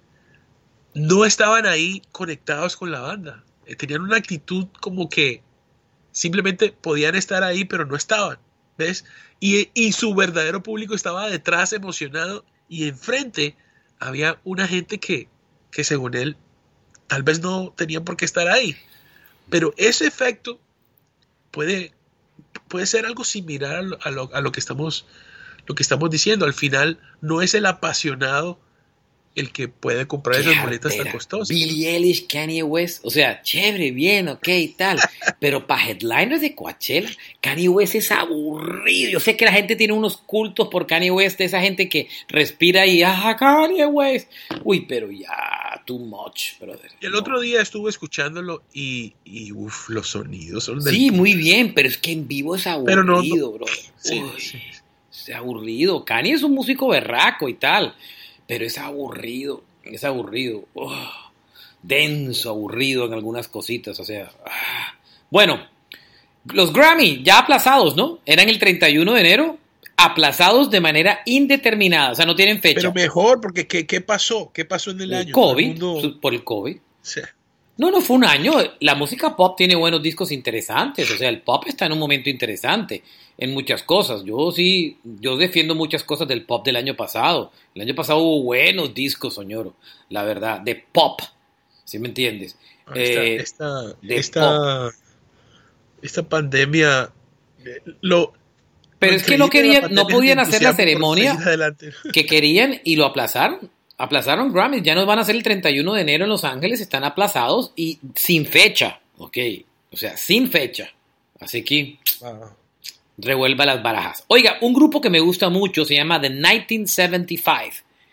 S6: no estaban ahí conectados con la banda. Tenían una actitud como que simplemente podían estar ahí, pero no estaban. ¿Ves? Y, y su verdadero público estaba detrás emocionado y enfrente había una gente que, que según él tal vez no tenían por qué estar ahí. Pero ese efecto puede, puede ser algo similar a lo, a lo, a lo que estamos, lo que estamos diciendo. Al final no es el apasionado el que puede comprar esas boletas tan costosas.
S5: Billie Eilish, Kanye West, o sea, chévere, bien, ok, tal, pero para headliners de Coachella, Kanye West es aburrido. Yo sé que la gente tiene unos cultos por Kanye West, de esa gente que respira y ¡ah, Kanye West! Uy, pero ya, too much, brother.
S6: El no. otro día estuve escuchándolo y, y uff, los sonidos son del...
S5: Sí, muy bien, pero es que en vivo es aburrido,
S6: pero no, no.
S5: brother.
S6: Sí,
S5: Uy,
S6: sí.
S5: Es aburrido. Kanye es un músico berraco y tal, pero es aburrido, es aburrido, oh, denso, aburrido en algunas cositas, o sea, ah. Bueno, los Grammy ya aplazados, ¿no? Eran el treinta y uno de enero, aplazados de manera indeterminada, o sea, no tienen fecha.
S6: Pero mejor, porque ¿qué, qué pasó? ¿Qué pasó en el, el año?
S5: COVID,
S6: el mundo...
S5: por el COVID.
S6: Sí.
S5: No, no fue un año. La música pop tiene buenos discos interesantes. O sea, el pop está en un momento interesante en muchas cosas. Yo sí, yo defiendo muchas cosas del pop del año pasado. El año pasado hubo buenos discos, Soñoro, la verdad, de pop. ¿Sí me entiendes?
S6: Ah, esta,
S5: eh,
S6: esta,
S5: de
S6: esta, esta pandemia lo...
S5: Pero es que no querían, no podían hacer la ceremonia que querían y lo aplazaron. Aplazaron Grammys, ya nos van a hacer el treinta y uno de enero en Los Ángeles, están aplazados y sin fecha, ok, o sea, sin fecha, así que ah. revuelva las barajas. Oiga, un grupo que me gusta mucho se llama The nineteen seventy-five,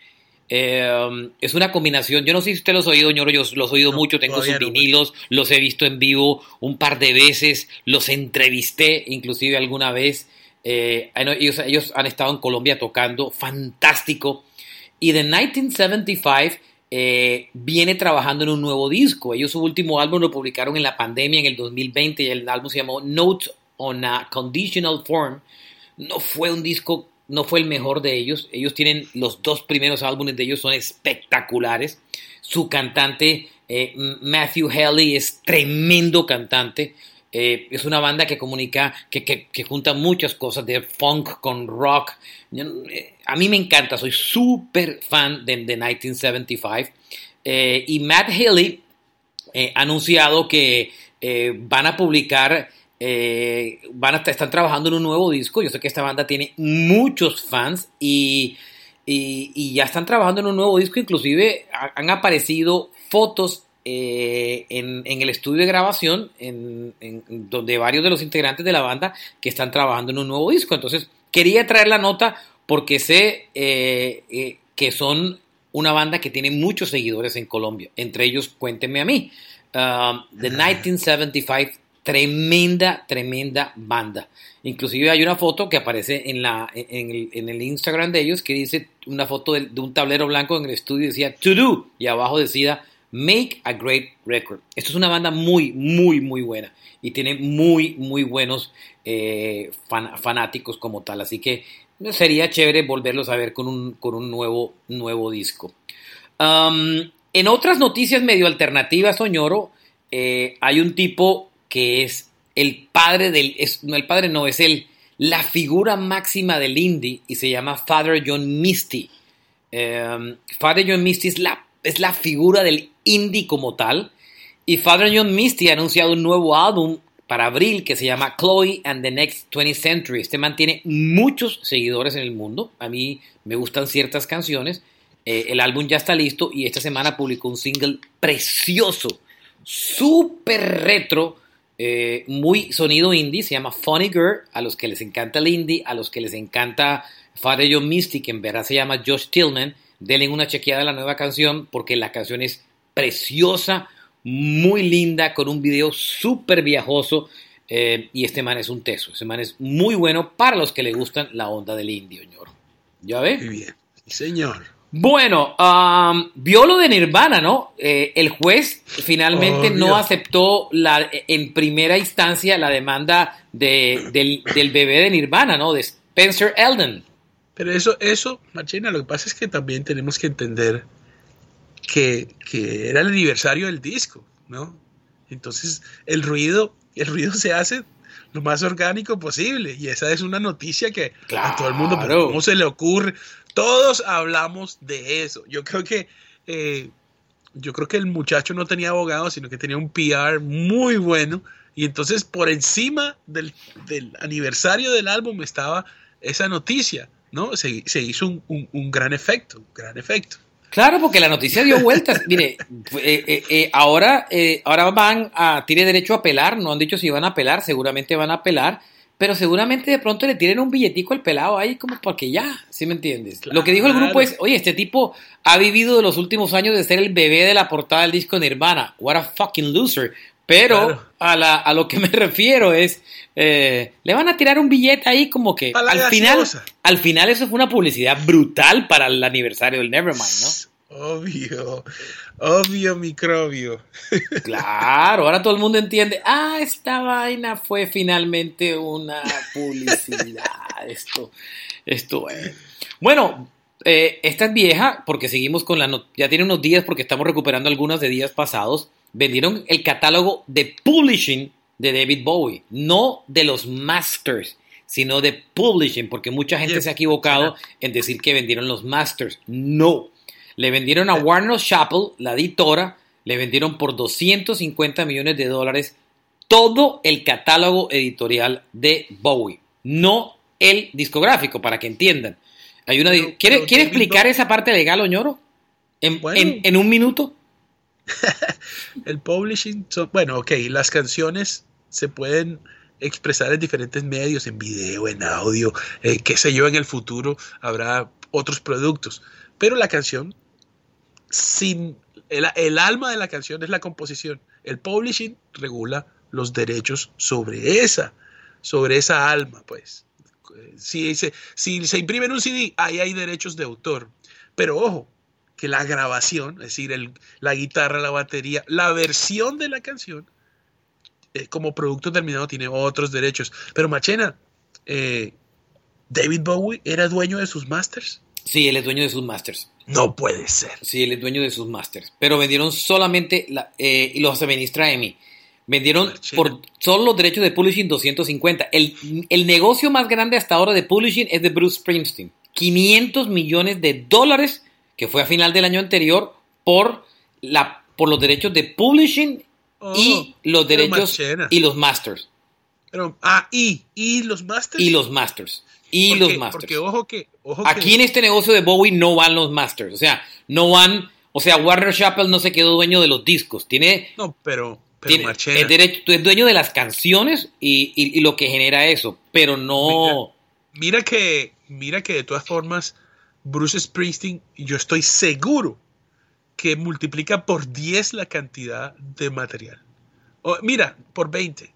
S5: eh, es una combinación, yo no sé si usted los ha oído, ñoro, yo los he oído no, mucho, tengo sus vinilos, no. Los he visto en vivo un par de veces, los entrevisté inclusive alguna vez, eh, ellos, ellos han estado en Colombia tocando, fantástico. Y The nineteen seventy-five eh, viene trabajando en un nuevo disco. Ellos su último álbum lo publicaron en la pandemia en el dos mil veinte y el álbum se llamó Note on a Conditional Form. No fue un disco, no fue el mejor de ellos. Ellos tienen los dos primeros álbumes de ellos, son espectaculares. Su cantante eh, Matthew Haley es tremendo cantante. Eh, es una banda que comunica, que, que, que junta muchas cosas de funk con rock. Eh, a mí me encanta, soy súper fan de, de nineteen seventy-five. Eh, y Matt Healy eh, ha anunciado que eh, van a publicar, eh, van a están trabajando en un nuevo disco. Yo sé que esta banda tiene muchos fans y, y, y ya están trabajando en un nuevo disco. Inclusive ha, han aparecido fotos Eh, en, en el estudio de grabación en, en, donde varios de los integrantes de la banda que están trabajando en un nuevo disco. Entonces quería traer la nota porque sé eh, eh, que son una banda que tiene muchos seguidores en Colombia, entre ellos cuéntenme a mí. uh, The nineteen seventy-five, tremenda tremenda banda. Inclusive hay una foto que aparece en, la, en, el, en el Instagram de ellos que dice una foto de, de un tablero blanco en el estudio, decía To Do y abajo decía Make a Great Record. Esto es una banda muy, muy, muy buena y tiene muy, muy buenos eh, fan, fanáticos como tal. Así que sería chévere volverlos a ver con un, con un nuevo, nuevo disco. Um, en otras noticias medio alternativas, Soñoro, eh, hay un tipo que es el padre del... Es, no, el padre no, es el, la figura máxima del indie y se llama Father John Misty. Um, Father John Misty es la es la figura del indie como tal, y Father John Misty ha anunciado un nuevo álbum para abril que se llama Chloe and the Next twentieth Century. Este man tiene muchos seguidores en el mundo, a mí me gustan ciertas canciones, eh, el álbum ya está listo y esta semana publicó un single precioso, súper retro, eh, muy sonido indie, se llama Funny Girl. A los que les encanta el indie, a los que les encanta Father John Misty, que en verdad se llama Josh Tillman, denle una chequeada a la nueva canción porque la canción es preciosa, muy linda, con un video súper viajoso, eh, y este man es un teso. Este man es muy bueno para los que le gustan la onda del indie, señor. ¿Ya ve?
S6: Muy bien, señor.
S5: Bueno, um, vio lo de Nirvana, ¿no? Eh, el juez finalmente
S6: Obvio.
S5: no aceptó la, en primera instancia la demanda de, del, del bebé de Nirvana, ¿no? De Spencer Elden.
S6: Pero eso, eso, Marchena, lo que pasa es que también tenemos que entender que, que era el aniversario del disco, ¿no? Entonces, el ruido, el ruido se hace lo más orgánico posible. Y esa es una noticia que
S5: Claro.
S6: a todo el mundo, pero ¿cómo se le ocurre? Todos hablamos de eso. Yo creo que eh, yo creo que el muchacho no tenía abogado, sino que tenía un P R muy bueno. Y entonces por encima del, del aniversario del álbum estaba esa noticia, ¿no? Se, se hizo un, un, un gran efecto, un gran efecto.
S5: Claro, porque la noticia dio vueltas. Mire, eh, eh, eh, ahora, eh, ahora van a, tiene derecho a apelar, no han dicho si van a apelar, seguramente van a apelar, pero seguramente de pronto le tiren un billetico al pelado ahí como porque ya, ¿sí me entiendes?
S6: Claro.
S5: Lo que dijo el grupo es, oye, este tipo ha vivido de los últimos años de ser el bebé de la portada del disco Nirvana, what a fucking loser. Pero
S6: Claro.
S5: a, la, a lo que me refiero es, eh, le van a tirar un billete ahí como que
S6: A la
S5: al final,
S6: gaseosa.
S5: al final eso fue una publicidad brutal para el aniversario del Nevermind, ¿no?
S6: Obvio, obvio microbio.
S5: Claro, ahora todo el mundo entiende, ah, esta vaina fue finalmente una publicidad, esto, esto es. Bueno, eh, esta es vieja porque seguimos con la, not- ya tiene unos días porque estamos recuperando algunas de días pasados, vendieron el catálogo de publishing de David Bowie, no de los masters, sino de publishing, porque mucha gente
S6: Yes.
S5: se ha equivocado en decir que vendieron los masters, no. Le vendieron a Warner Chappell, la editora, le vendieron por doscientos cincuenta millones de dólares todo el catálogo editorial de Bowie, no el discográfico, para que entiendan. Hay una,
S6: Pero-
S5: ¿Quiere,
S6: pero
S5: ¿quiere
S6: David
S5: explicar
S6: Bowie-
S5: esa parte legal, Oñoro? ¿En,
S6: Bueno.
S5: en, en un minuto?
S6: El publishing, son- bueno, ok, las canciones se pueden expresar en diferentes medios, en video, en audio, eh, qué sé yo, en el futuro habrá otros productos, pero la canción, sin el, el alma de la canción es la composición. El publishing regula los derechos sobre esa, sobre esa alma, pues. Si se, si se imprime en un C D, ahí hay derechos de autor, pero ojo, que la grabación, es decir, el, la guitarra, la batería, la versión de la canción, eh, como producto terminado tiene otros derechos. Pero Machena, eh, ¿David Bowie era dueño de sus masters?
S5: Sí, él es dueño de sus masters.
S6: No puede ser.
S5: Sí, él es dueño de sus masters. Pero vendieron solamente, la, eh, y los administra EMI. Vendieron
S6: Machina.
S5: por solo los derechos de publishing doscientos cincuenta. El, el negocio más grande hasta ahora de publishing es de Bruce Springsteen. quinientos millones de dólares, que fue a final del año anterior, por, la, por los derechos de publishing
S6: Oh,
S5: y los
S6: pero
S5: derechos
S6: Machena.
S5: y los masters.
S6: Pero, ah, y, y los masters.
S5: Y los masters. Y
S6: porque,
S5: los masters.
S6: Porque ojo que... Ojo
S5: Aquí
S6: que,
S5: en este negocio de Bowie no van los masters. O sea, no van... O sea, Warner Chappell no se quedó dueño de los discos. Tiene...
S6: No, pero... pero
S5: tiene
S6: Machena,
S5: es, derecho, es dueño de las canciones y, y, y lo que genera eso. Pero no...
S6: Mira, mira que... Mira que de todas formas, Bruce Springsteen, yo estoy seguro que multiplica por diez la cantidad de material. O, mira, por veinte.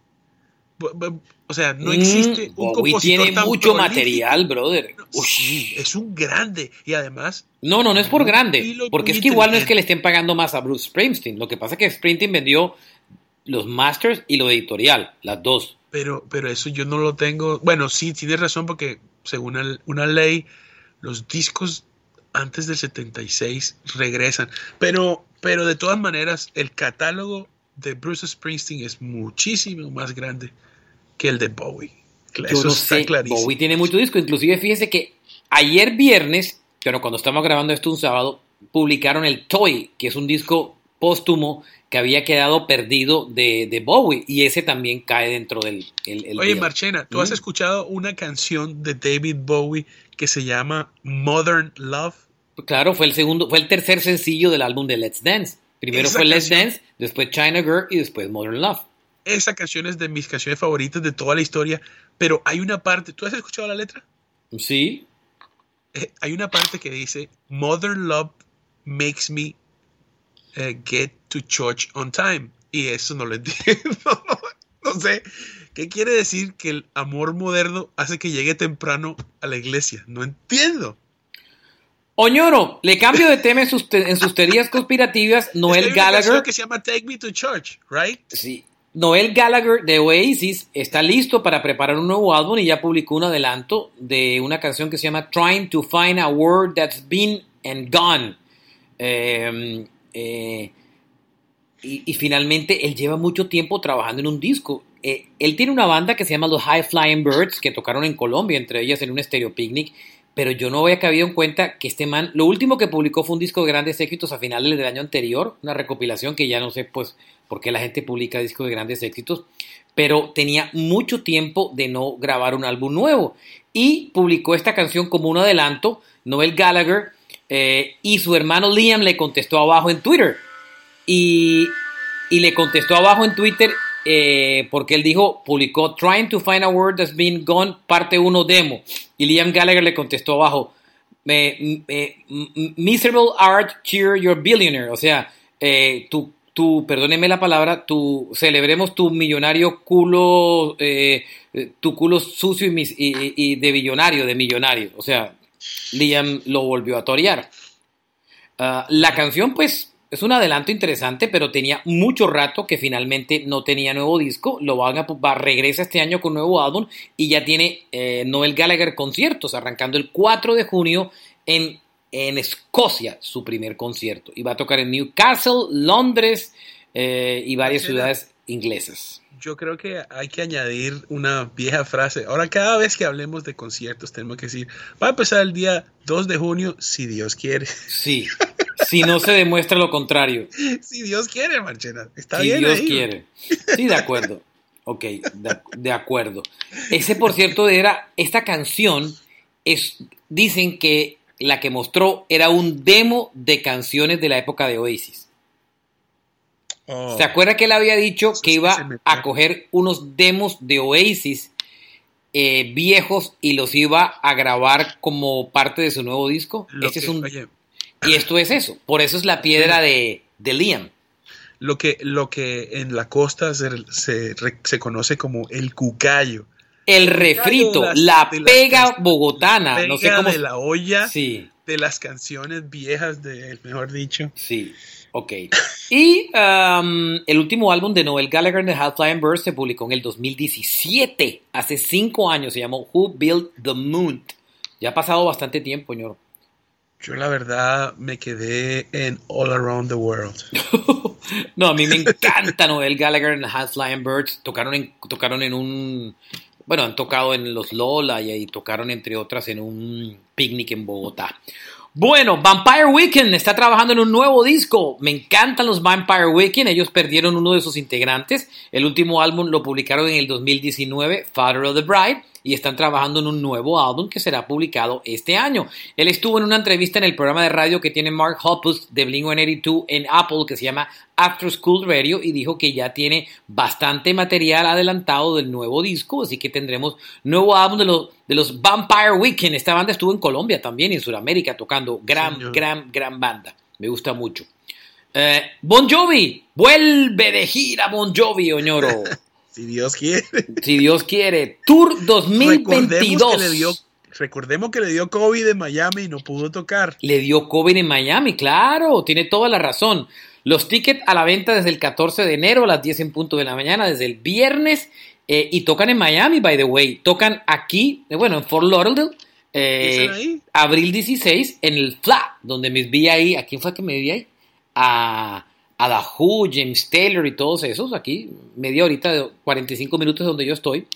S6: O sea, no existe
S5: Mm,
S6: un
S5: Bowie
S6: compositor
S5: tiene
S6: tan
S5: mucho
S6: prolífico.
S5: material, brother.
S6: Sí, es un grande. Y además...
S5: No, no, no es por
S6: muy
S5: grande.
S6: hilo y
S5: Porque
S6: muy
S5: es que igual no es que le
S6: inteligente.
S5: estén pagando más a Bruce Springsteen. Lo que pasa es que Springsteen vendió los masters y lo editorial, las dos.
S6: Pero, pero eso yo no lo tengo. Bueno, sí, tienes razón, porque según el- una ley, los discos antes del setenta y seis regresan. Pero, pero de todas maneras, el catálogo de Bruce Springsteen es muchísimo más grande que el de Bowie. Cla-
S5: Yo
S6: Eso
S5: no
S6: está
S5: sé,
S6: clarísimo.
S5: Bowie tiene mucho disco. Inclusive fíjese que ayer viernes, pero cuando estamos grabando esto un sábado, publicaron el Toy, que es un disco póstumo que había quedado perdido de, de Bowie, y ese también cae dentro del el, el
S6: Oye,
S5: deal.
S6: Marchena, ¿tú
S5: ¿Mm?
S6: has escuchado una canción de David Bowie que se llama Modern Love?
S5: Claro, fue el segundo, fue el tercer sencillo del álbum de Let's Dance. Primero
S6: Esa
S5: fue Let's
S6: canción-
S5: Dance, después China Girl y después Modern Love.
S6: Esa canción es de mis canciones favoritas de toda la historia, pero hay una parte, ¿tú has escuchado la letra?
S5: Sí.
S6: Eh, hay una parte que dice, Modern Love makes me eh, get to church on time. Y eso no lo entiendo. No sé, ¿qué quiere decir que el amor moderno hace que llegue temprano a la iglesia? No entiendo.
S5: Oñoro, le cambio de tema en sus, te- en sus teorías conspirativas. Noel
S6: Hay una canción
S5: Gallagher.
S6: que se llama Take Me to Church, right?
S5: Sí. Noel Gallagher de Oasis está listo para preparar un nuevo álbum y ya publicó un adelanto de una canción que se llama Trying to Find a Word That's Been and Gone. Eh, eh, y, y finalmente él lleva mucho tiempo trabajando en un disco. Eh, él tiene una banda que se llama los High Flying Birds, que tocaron en Colombia, entre ellas en un Stereo Picnic, pero yo no había cabido en cuenta que este man, lo último que publicó fue un disco de grandes éxitos a finales del año anterior, una recopilación que ya no sé pues por qué la gente publica discos de grandes éxitos, pero tenía mucho tiempo de no grabar un álbum nuevo y publicó esta canción como un adelanto. Noel Gallagher eh, y su hermano Liam le contestó abajo en Twitter y, y le contestó abajo en Twitter eh, porque él dijo, publicó Trying to Find a Word That's Been Gone parte uno demo y Liam Gallagher le contestó abajo eh, eh, Miserable Art Cheer Your Billionaire, o sea, eh, tu Tu, perdóneme la palabra, tu, celebremos tu millonario culo, eh, tu culo sucio y, mis, y, y de billonario, de millonario. O sea, Liam lo volvió a torear. Uh, la canción, pues, es un adelanto interesante, pero tenía mucho rato que finalmente no tenía nuevo disco. Lo van a, va, regresa este año con nuevo álbum y ya tiene eh, Noel Gallagher conciertos, arrancando el cuatro de junio en en Escocia, su primer concierto. Y va a tocar en Newcastle, Londres eh, y varias ciudades inglesas.
S6: Yo creo que hay que añadir una vieja frase. Ahora, cada vez que hablemos de conciertos, tenemos que decir, va a empezar el día dos de junio, si Dios quiere.
S5: Sí, si no se demuestra lo contrario.
S6: Si Dios quiere, Marchena. Está
S5: si
S6: bien.
S5: Si Dios
S6: ahí.
S5: quiere. Sí, de acuerdo. Ok, de, de acuerdo. Ese, por cierto, era, esta canción, es, dicen que la que mostró era un demo de canciones de la época de Oasis. Oh. ¿Se acuerda que él había dicho que iba a coger unos demos de Oasis eh, viejos y los iba a grabar como parte de su nuevo disco?
S6: Lo
S5: este
S6: que,
S5: es un
S6: oye,
S5: y esto es eso. Por eso es la piedra de, de Liam.
S6: Lo que, lo que en la costa se, se, se conoce como el cucayo.
S5: El refrito, las, la pega las, bogotana,
S6: pega
S5: no sé cómo.
S6: De la olla,
S5: sí.
S6: De las canciones viejas, de, mejor dicho.
S5: Sí, ok. Y um, el último álbum de Noel Gallagher and the High Flying Birds se publicó en el dos mil diecisiete, hace cinco años, se llamó Who Built the Moon. Ya ha pasado bastante tiempo, señor.
S6: Yo la verdad me quedé en All Around the World.
S5: No, a mí me encanta Noel Gallagher and the High Flying Birds. Tocaron en, tocaron en un... Bueno, han tocado en los Lola y ahí tocaron, entre otras, en un picnic en Bogotá. Bueno, Vampire Weekend está trabajando en un nuevo disco. Me encantan los Vampire Weekend. Ellos perdieron uno de sus integrantes. El último álbum lo publicaron en el dos mil diecinueve, Father of the Bride, y están trabajando en un nuevo álbum que será publicado este año. Él estuvo en una entrevista en el programa de radio que tiene Mark Hoppus de Blink ciento ochenta y dos en Apple, que se llama After School Radio, y dijo que ya tiene bastante material adelantado del nuevo disco, así que tendremos nuevo álbum de los, de los Vampire Weekend. Esta banda estuvo en Colombia también, en Sudamérica, tocando. Gran, Señor. gran, gran banda. Me gusta mucho. Eh, Bon Jovi, vuelve de gira Bon Jovi, Oñoro.
S6: Si Dios quiere.
S5: Si Dios quiere. Tour dos mil veintidós.
S6: Recordemos que le dio, recordemos que le dio COVID en Miami y no pudo tocar.
S5: Le dio COVID en Miami, claro. Tiene toda la razón. Los tickets a la venta desde el catorce de enero a las diez en punto de la mañana, desde el viernes. Eh, y tocan en Miami, by the way. Tocan aquí, bueno, en Fort Lauderdale. Eh, ahí? abril dieciséis, en el F L A, donde me vi ahí. ¿A quién fue que me vi ahí? A... a The Who, James Taylor y todos esos, aquí, media horita de cuarenta y cinco minutos donde yo estoy,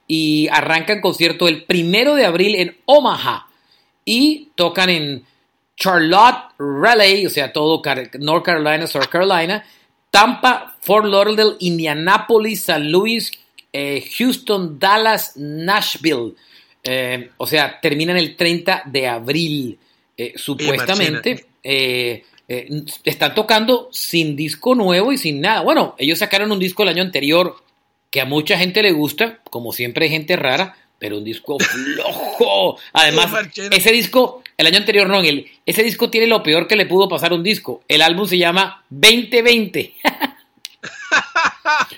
S5: y arrancan concierto el primero de abril en Omaha, y tocan en Charlotte, Raleigh, o sea, todo North Carolina, South Carolina, Tampa, Fort Lauderdale, Indianapolis, San Luis, eh, Houston, Dallas, Nashville, eh, o sea, terminan el treinta de abril, eh, supuestamente, eh, Eh, están tocando sin disco nuevo y sin nada. Bueno, ellos sacaron un disco el año anterior que a mucha gente le gusta, como siempre hay gente rara, pero un disco flojo. Además, ese disco, el año anterior no, el, ese disco tiene lo peor que le pudo pasar a un disco. El álbum se llama veinte veinte.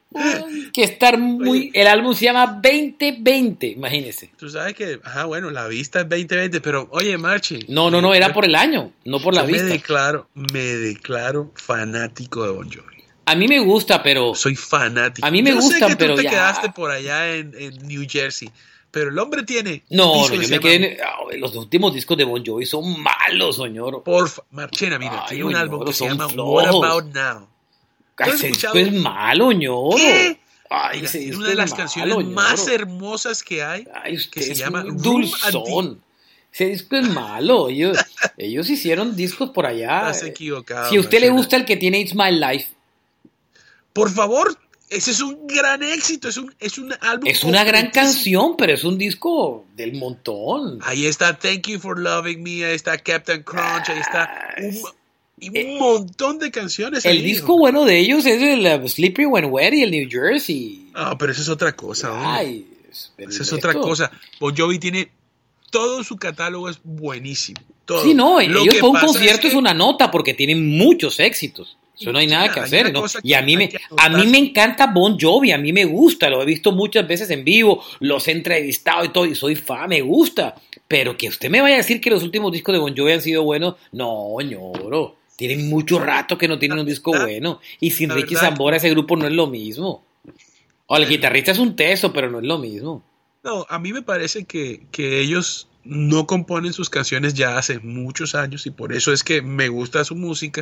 S5: que estar muy... Oye, el álbum se llama veinte veinte, imagínese.
S6: Tú sabes que, ajá, bueno, la vista es veinte veinte, pero oye, Marchi.
S5: No, no, no, era por el año, no por la
S6: me
S5: vista.
S6: Declaro, me declaro fanático de Bon Jovi.
S5: A mí me gusta, pero...
S6: Soy fanático.
S5: A mí me
S6: yo
S5: gusta,
S6: sé que
S5: pero
S6: tú te
S5: ya...
S6: quedaste por allá en, en New Jersey, pero el hombre tiene...
S5: No, no, yo me quedé en... Oh, los últimos discos de Bon Jovi son malos, señor.
S6: Porfa, Marchena, mira,
S5: Ay,
S6: tiene un álbum que se llama
S5: flojos.
S6: What About Now.
S5: Ese disco es malo, ñoro.
S6: ¿Qué?
S5: Ay,
S6: Mira,
S5: ese
S6: es
S5: disco
S6: una de las
S5: es
S6: canciones
S5: malo,
S6: más
S5: ñoro.
S6: hermosas que hay,
S5: Ay,
S6: que se
S5: es
S6: llama
S5: muy
S6: Room at
S5: dulzón. Ese disco es malo. Ellos, ellos hicieron discos por allá.
S6: Estás equivocado.
S5: Si a usted
S6: Marchena.
S5: le gusta el que tiene It's My Life.
S6: Por favor, ese es un gran éxito. Es un, es un álbum.
S5: Es una gran canción, pero es un disco del montón.
S6: Ahí está Thank You for Loving Me, ahí está Captain Crunch, ahí está un, un montón de canciones.
S5: El
S6: ahí,
S5: disco
S6: ¿no?
S5: bueno de ellos es el uh, Slippery When Wet y el New Jersey.
S6: Ah, pero eso es otra cosa.
S5: Ay,
S6: es esa es otra cosa. Bon Jovi tiene todo su catálogo, es buenísimo. Todo.
S5: Sí, no,
S6: Lo
S5: ellos
S6: que
S5: por un
S6: pasa
S5: concierto es,
S6: es, que,
S5: es una nota porque tienen muchos éxitos. Eso no hay nada que hacer, ¿no? Y a mí me, a mí me encanta Bon Jovi, a mí me gusta, lo he visto muchas veces en vivo, los he entrevistado y todo, y soy fan, me gusta. Pero que usted me vaya a decir que los últimos discos de Bon Jovi han sido buenos, no, ñoro. Tienen mucho rato que no tienen un disco bueno. Y sin Richie Sambora ese grupo no es lo mismo. O el guitarrista es un teso, pero no es lo mismo.
S6: No, a mí me parece que, que ellos no componen sus canciones ya hace muchos años y por eso es que me gusta su música.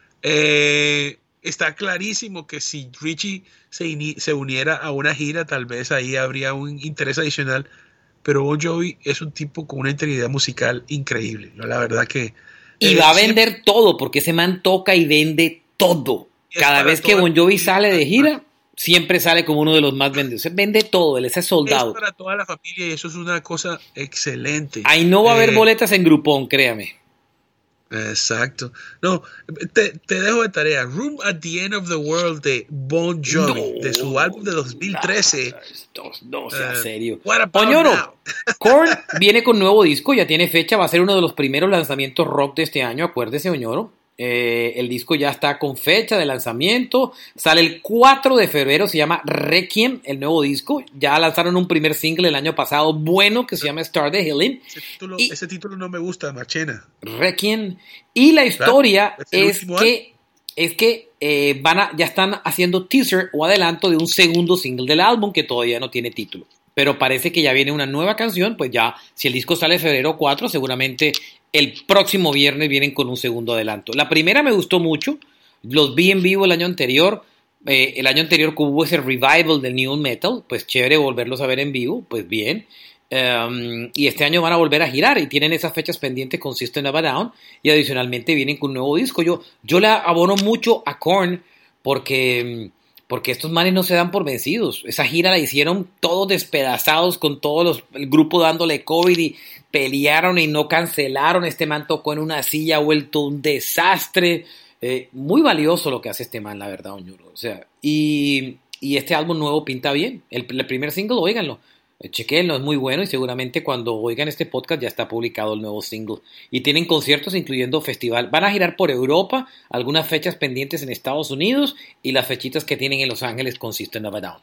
S6: Eh, está clarísimo que si Richie se, ini- se uniera a una gira, tal vez ahí habría un interés adicional. Pero Bon Jovi es un tipo con una integridad musical increíble. ¿No? La verdad que...
S5: Y
S6: eh,
S5: va a
S6: siempre,
S5: vender todo, porque ese man toca y vende todo. Cada vez que Bon Jovi sale de gira, siempre sale como uno de los más vendidos. Él vende todo, él es soldado.
S6: Es para toda la familia y eso es una cosa excelente.
S5: Ahí no va a haber
S6: Eh,
S5: boletas en Groupon, créame.
S6: Exacto. No, te, te dejo de tarea. Room at the End of the World de Bon Jovi,
S5: No,
S6: de su álbum de dos mil trece.
S5: No, no sea
S6: Eh,
S5: serio.
S6: What About
S5: Oñoro,
S6: Now?
S5: Korn viene con nuevo disco, ya tiene fecha, va a ser uno de los primeros lanzamientos rock de este año, acuérdese, Oñoro. Eh, el disco ya está con fecha de lanzamiento, sale el cuatro de febrero, se llama Requiem, el nuevo disco. Ya lanzaron un primer single el año pasado, bueno, que se llama Start the Healing.
S6: Ese título,
S5: Y-
S6: ese título no me gusta, Marchena.
S5: Requiem. Y la historia
S6: Claro, es el
S5: es
S6: último
S5: que, es que eh, van a, ya están haciendo teaser o adelanto de un segundo single del álbum que todavía no tiene título. Pero parece que ya viene una nueva canción, pues ya, si el disco sale febrero cuatro, seguramente el próximo viernes vienen con un segundo adelanto. La primera me gustó mucho, los vi en vivo el año anterior, eh, el año anterior que hubo ese revival del new metal, pues chévere volverlos a ver en vivo, pues bien. Um, y este año van a volver a girar y tienen esas fechas pendientes con System of a Down y adicionalmente vienen con un nuevo disco. Yo, yo le abono mucho a Korn porque... Porque estos manes no se dan por vencidos. Esa gira la hicieron todos despedazados con todos los, el grupo dándole COVID y pelearon y no cancelaron. Este man tocó en una silla, ha vuelto un desastre. Eh, muy valioso lo que hace este man, la verdad, Oñoro. O sea, y, y este álbum nuevo pinta bien. El, el primer single, óiganlo. Chequenlo, es muy bueno y seguramente cuando oigan este podcast ya está publicado el nuevo single. Y tienen conciertos incluyendo festival. Van a girar por Europa, algunas fechas pendientes en Estados Unidos y las fechitas que tienen en Los Ángeles con System of a Down.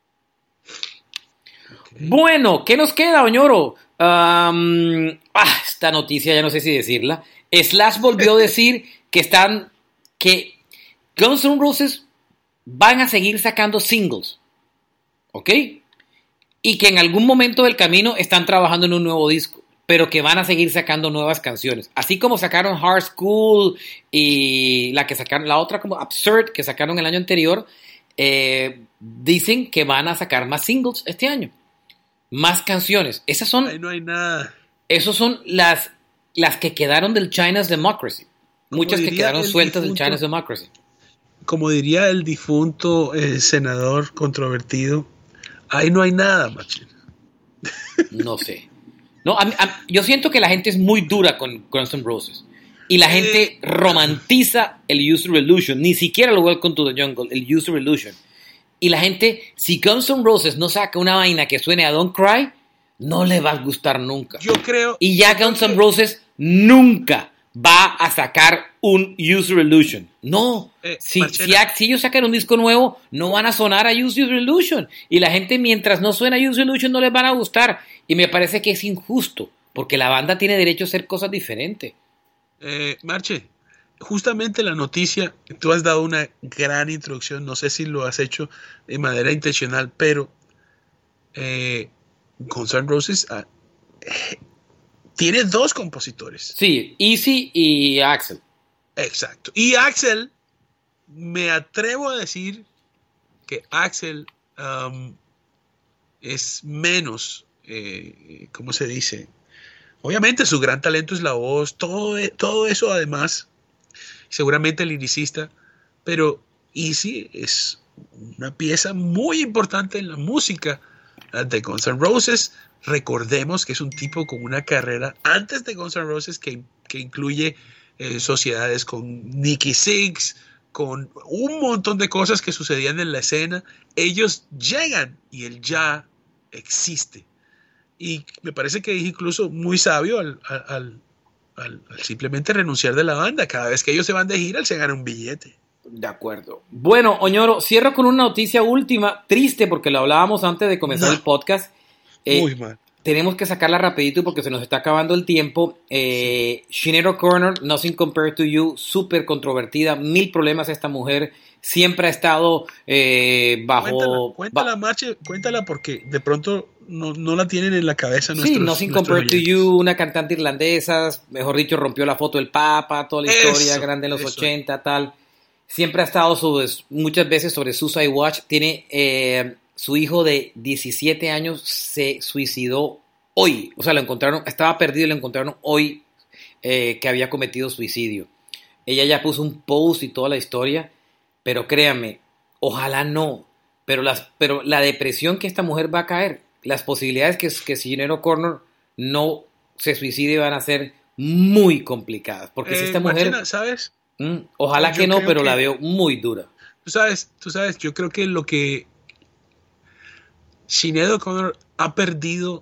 S5: Okay. Bueno, ¿qué nos queda, Oñoro? Um, ah, esta noticia ya no sé si decirla. Slash volvió a decir que están, que Guns N' Roses van a seguir sacando singles. ¿Ok? Y que en algún momento del camino están trabajando en un nuevo disco, pero que van a seguir sacando nuevas canciones. Así como sacaron Hard School y la que sacaron, la otra como Absurd, que sacaron el año anterior, eh, dicen que van a sacar más singles este año. Más canciones. Esas son...
S6: Ahí no hay nada.
S5: Esas son las, las que quedaron del China's Democracy. Muchas que quedaron sueltas difunto, del China's Democracy.
S6: Como diría el difunto eh, senador controvertido, ahí no hay nada, machín.
S5: No sé. No, a, a, yo siento que la gente es muy dura con Guns N' Roses. Y la eh, gente romantiza el Use the Illusion. Ni siquiera el Welcome to the Jungle, el Use the Illusion. Y la gente, si Guns N' Roses no saca una vaina que suene a Don't Cry, no le va a gustar nunca.
S6: Yo creo...
S5: Y ya Guns N' Roses nunca va a sacar un Use Your Illusion. No,
S6: Eh,
S5: si, si,
S6: Marchena.
S5: si ellos sacan un disco nuevo, no van a sonar a Use Your Illusion. Y la gente, mientras no suena Use Your Illusion, no les van a gustar. Y me parece que es injusto, porque la banda tiene derecho a hacer cosas diferentes.
S6: Eh, Marche, justamente la noticia, tú has dado una gran introducción, no sé si lo has hecho de manera intencional, pero eh, Guns N' Roses ah, eh, tiene dos compositores.
S5: Sí, Easy y Axel.
S6: Exacto. Y Axel, me atrevo a decir que Axel um, es menos, eh, ¿cómo se dice? Obviamente su gran talento es la voz, todo, todo eso además, seguramente el liricista, pero Easy es una pieza muy importante en la música de Guns N' Roses. Recordemos que es un tipo con una carrera antes de Guns N' Roses que, que incluye eh, sociedades con Nicky Sixx, con un montón de cosas que sucedían en la escena. Ellos llegan y él ya existe. Y me parece que es incluso muy sabio al, al, al, al simplemente renunciar de la banda. Cada vez que ellos se van de gira, él se gana un billete.
S5: De acuerdo. Bueno, Oñoro, cierro con una noticia última, triste porque lo hablábamos antes de comenzar
S6: No.
S5: el podcast. Eh,
S6: Muy mal.
S5: Tenemos que sacarla rapidito porque se nos está acabando el tiempo. Eh, Sinead O'Connor, Nothing Compared to You, súper controvertida, mil problemas esta mujer, siempre ha estado eh, bajo...
S6: Cuéntala, cuéntala,
S5: ba-
S6: Marche, cuéntala porque de pronto no, no la tienen en la cabeza
S5: Sí,
S6: nuestros,
S5: Nothing
S6: nuestros
S5: Compared to
S6: oyentes.
S5: You, una cantante irlandesa, mejor dicho, rompió la foto del Papa, toda la historia
S6: Eso,
S5: grande en los
S6: eso.
S5: ochenta, tal. Siempre ha estado sobre, muchas veces sobre Suicide Watch. Tiene eh, su hijo de diecisiete años se suicidó hoy. O sea, lo encontraron, estaba perdido y lo encontraron hoy eh, que había cometido suicidio. Ella ya puso un post y toda la historia, pero créanme, ojalá no. Pero, las, pero la depresión que esta mujer va a caer, las posibilidades que, que Sinead O'Connor no se suicide van a ser muy complicadas. Porque si
S6: Eh,
S5: esta mujer...
S6: Marchena, ¿sabes?
S5: Mm, ojalá
S6: Yo
S5: que no,
S6: creo
S5: pero
S6: que-
S5: la veo muy dura.
S6: Tú sabes, tú sabes, yo creo que lo que Sinead O'Connor ha perdido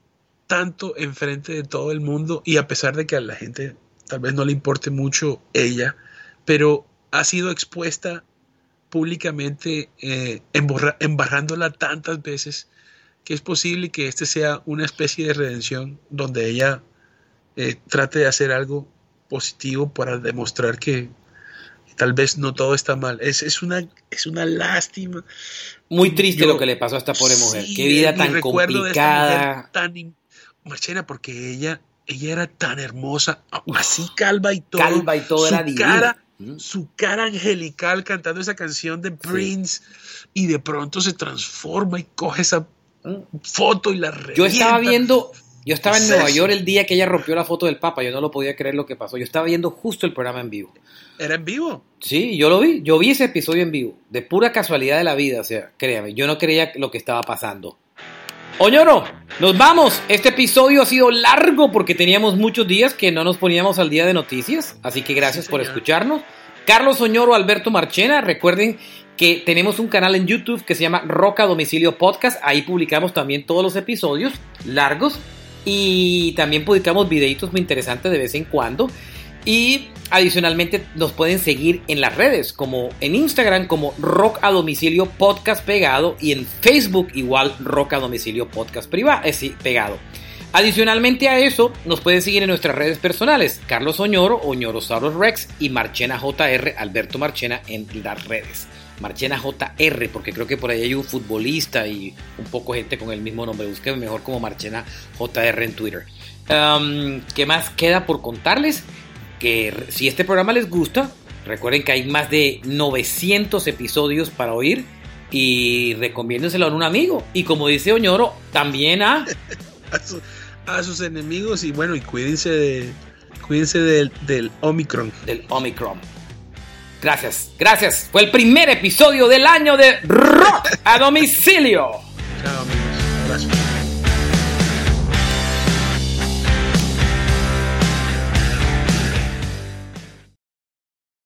S6: tanto enfrente de todo el mundo, y a pesar de que a la gente tal vez no le importe mucho ella, pero ha sido expuesta públicamente, eh, emborra- embarrándola tantas veces, que es posible que este sea una especie de redención donde ella eh, trate de hacer algo positivo para demostrar que tal vez no todo está mal. Es, es, una, es una lástima.
S5: Muy triste
S6: Yo-
S5: lo que le pasó a esta pobre mujer.
S6: Sí,
S5: Qué vida
S6: mi
S5: tan
S6: recuerdo de esta mujer
S5: complicada.
S6: tan in- Marchena, porque ella, ella era tan hermosa, así calva y todo.
S5: Calva y todo
S6: su
S5: era divina.
S6: cara,
S5: Mm.
S6: su cara angelical cantando esa canción de Prince, y de pronto se transforma y coge esa foto y la revienta.
S5: Yo estaba viendo, yo estaba en
S6: ¿Qué es
S5: Nueva
S6: eso?
S5: York el día que ella rompió la foto del Papa. Yo no lo podía creer lo que pasó. Yo estaba viendo justo el programa en vivo.
S6: ¿Era en vivo?
S5: Sí, yo lo vi. Yo vi ese episodio en vivo. De pura casualidad de la vida. O sea, créame, yo no creía lo que estaba pasando. Oñoro, nos vamos. Este episodio ha sido largo porque teníamos muchos días que no nos poníamos al día de noticias. Así que gracias
S6: Sí,
S5: por
S6: señor.
S5: escucharnos. Carlos Oñoro, Alberto Marchena. Recuerden que tenemos un canal en YouTube que se llama Roca Domicilio Podcast. Ahí publicamos también todos los episodios largos. Y también publicamos videitos muy interesantes de vez en cuando. Y adicionalmente nos pueden seguir en las redes, como en Instagram como Rock a Domicilio Podcast pegado, y en Facebook igual Rock a Domicilio Podcast privado, eh, sí, pegado. Adicionalmente a eso, nos pueden seguir en nuestras redes personales, Carlos Oñoro, Oñorosaurus Rex, y Marchena J R, Alberto Marchena, en las redes. Marchena J R, porque creo que por ahí hay un futbolista y un poco gente con el mismo nombre. Búsquenme mejor como Marchena J R en Twitter. Um, ¿Qué más queda por contarles? Que si este programa les gusta, recuerden que hay más de novecientos episodios para oír, y recomiéndenselo a un amigo. Y como dice Oñoro, también a...
S6: A, su- a sus enemigos, y bueno, y cuídense de, cuídense del, del Omicron.
S5: del Omicron. Gracias, gracias. Fue el primer episodio del año de Rock a Domicilio.
S6: Chao, amigos. Un abrazo.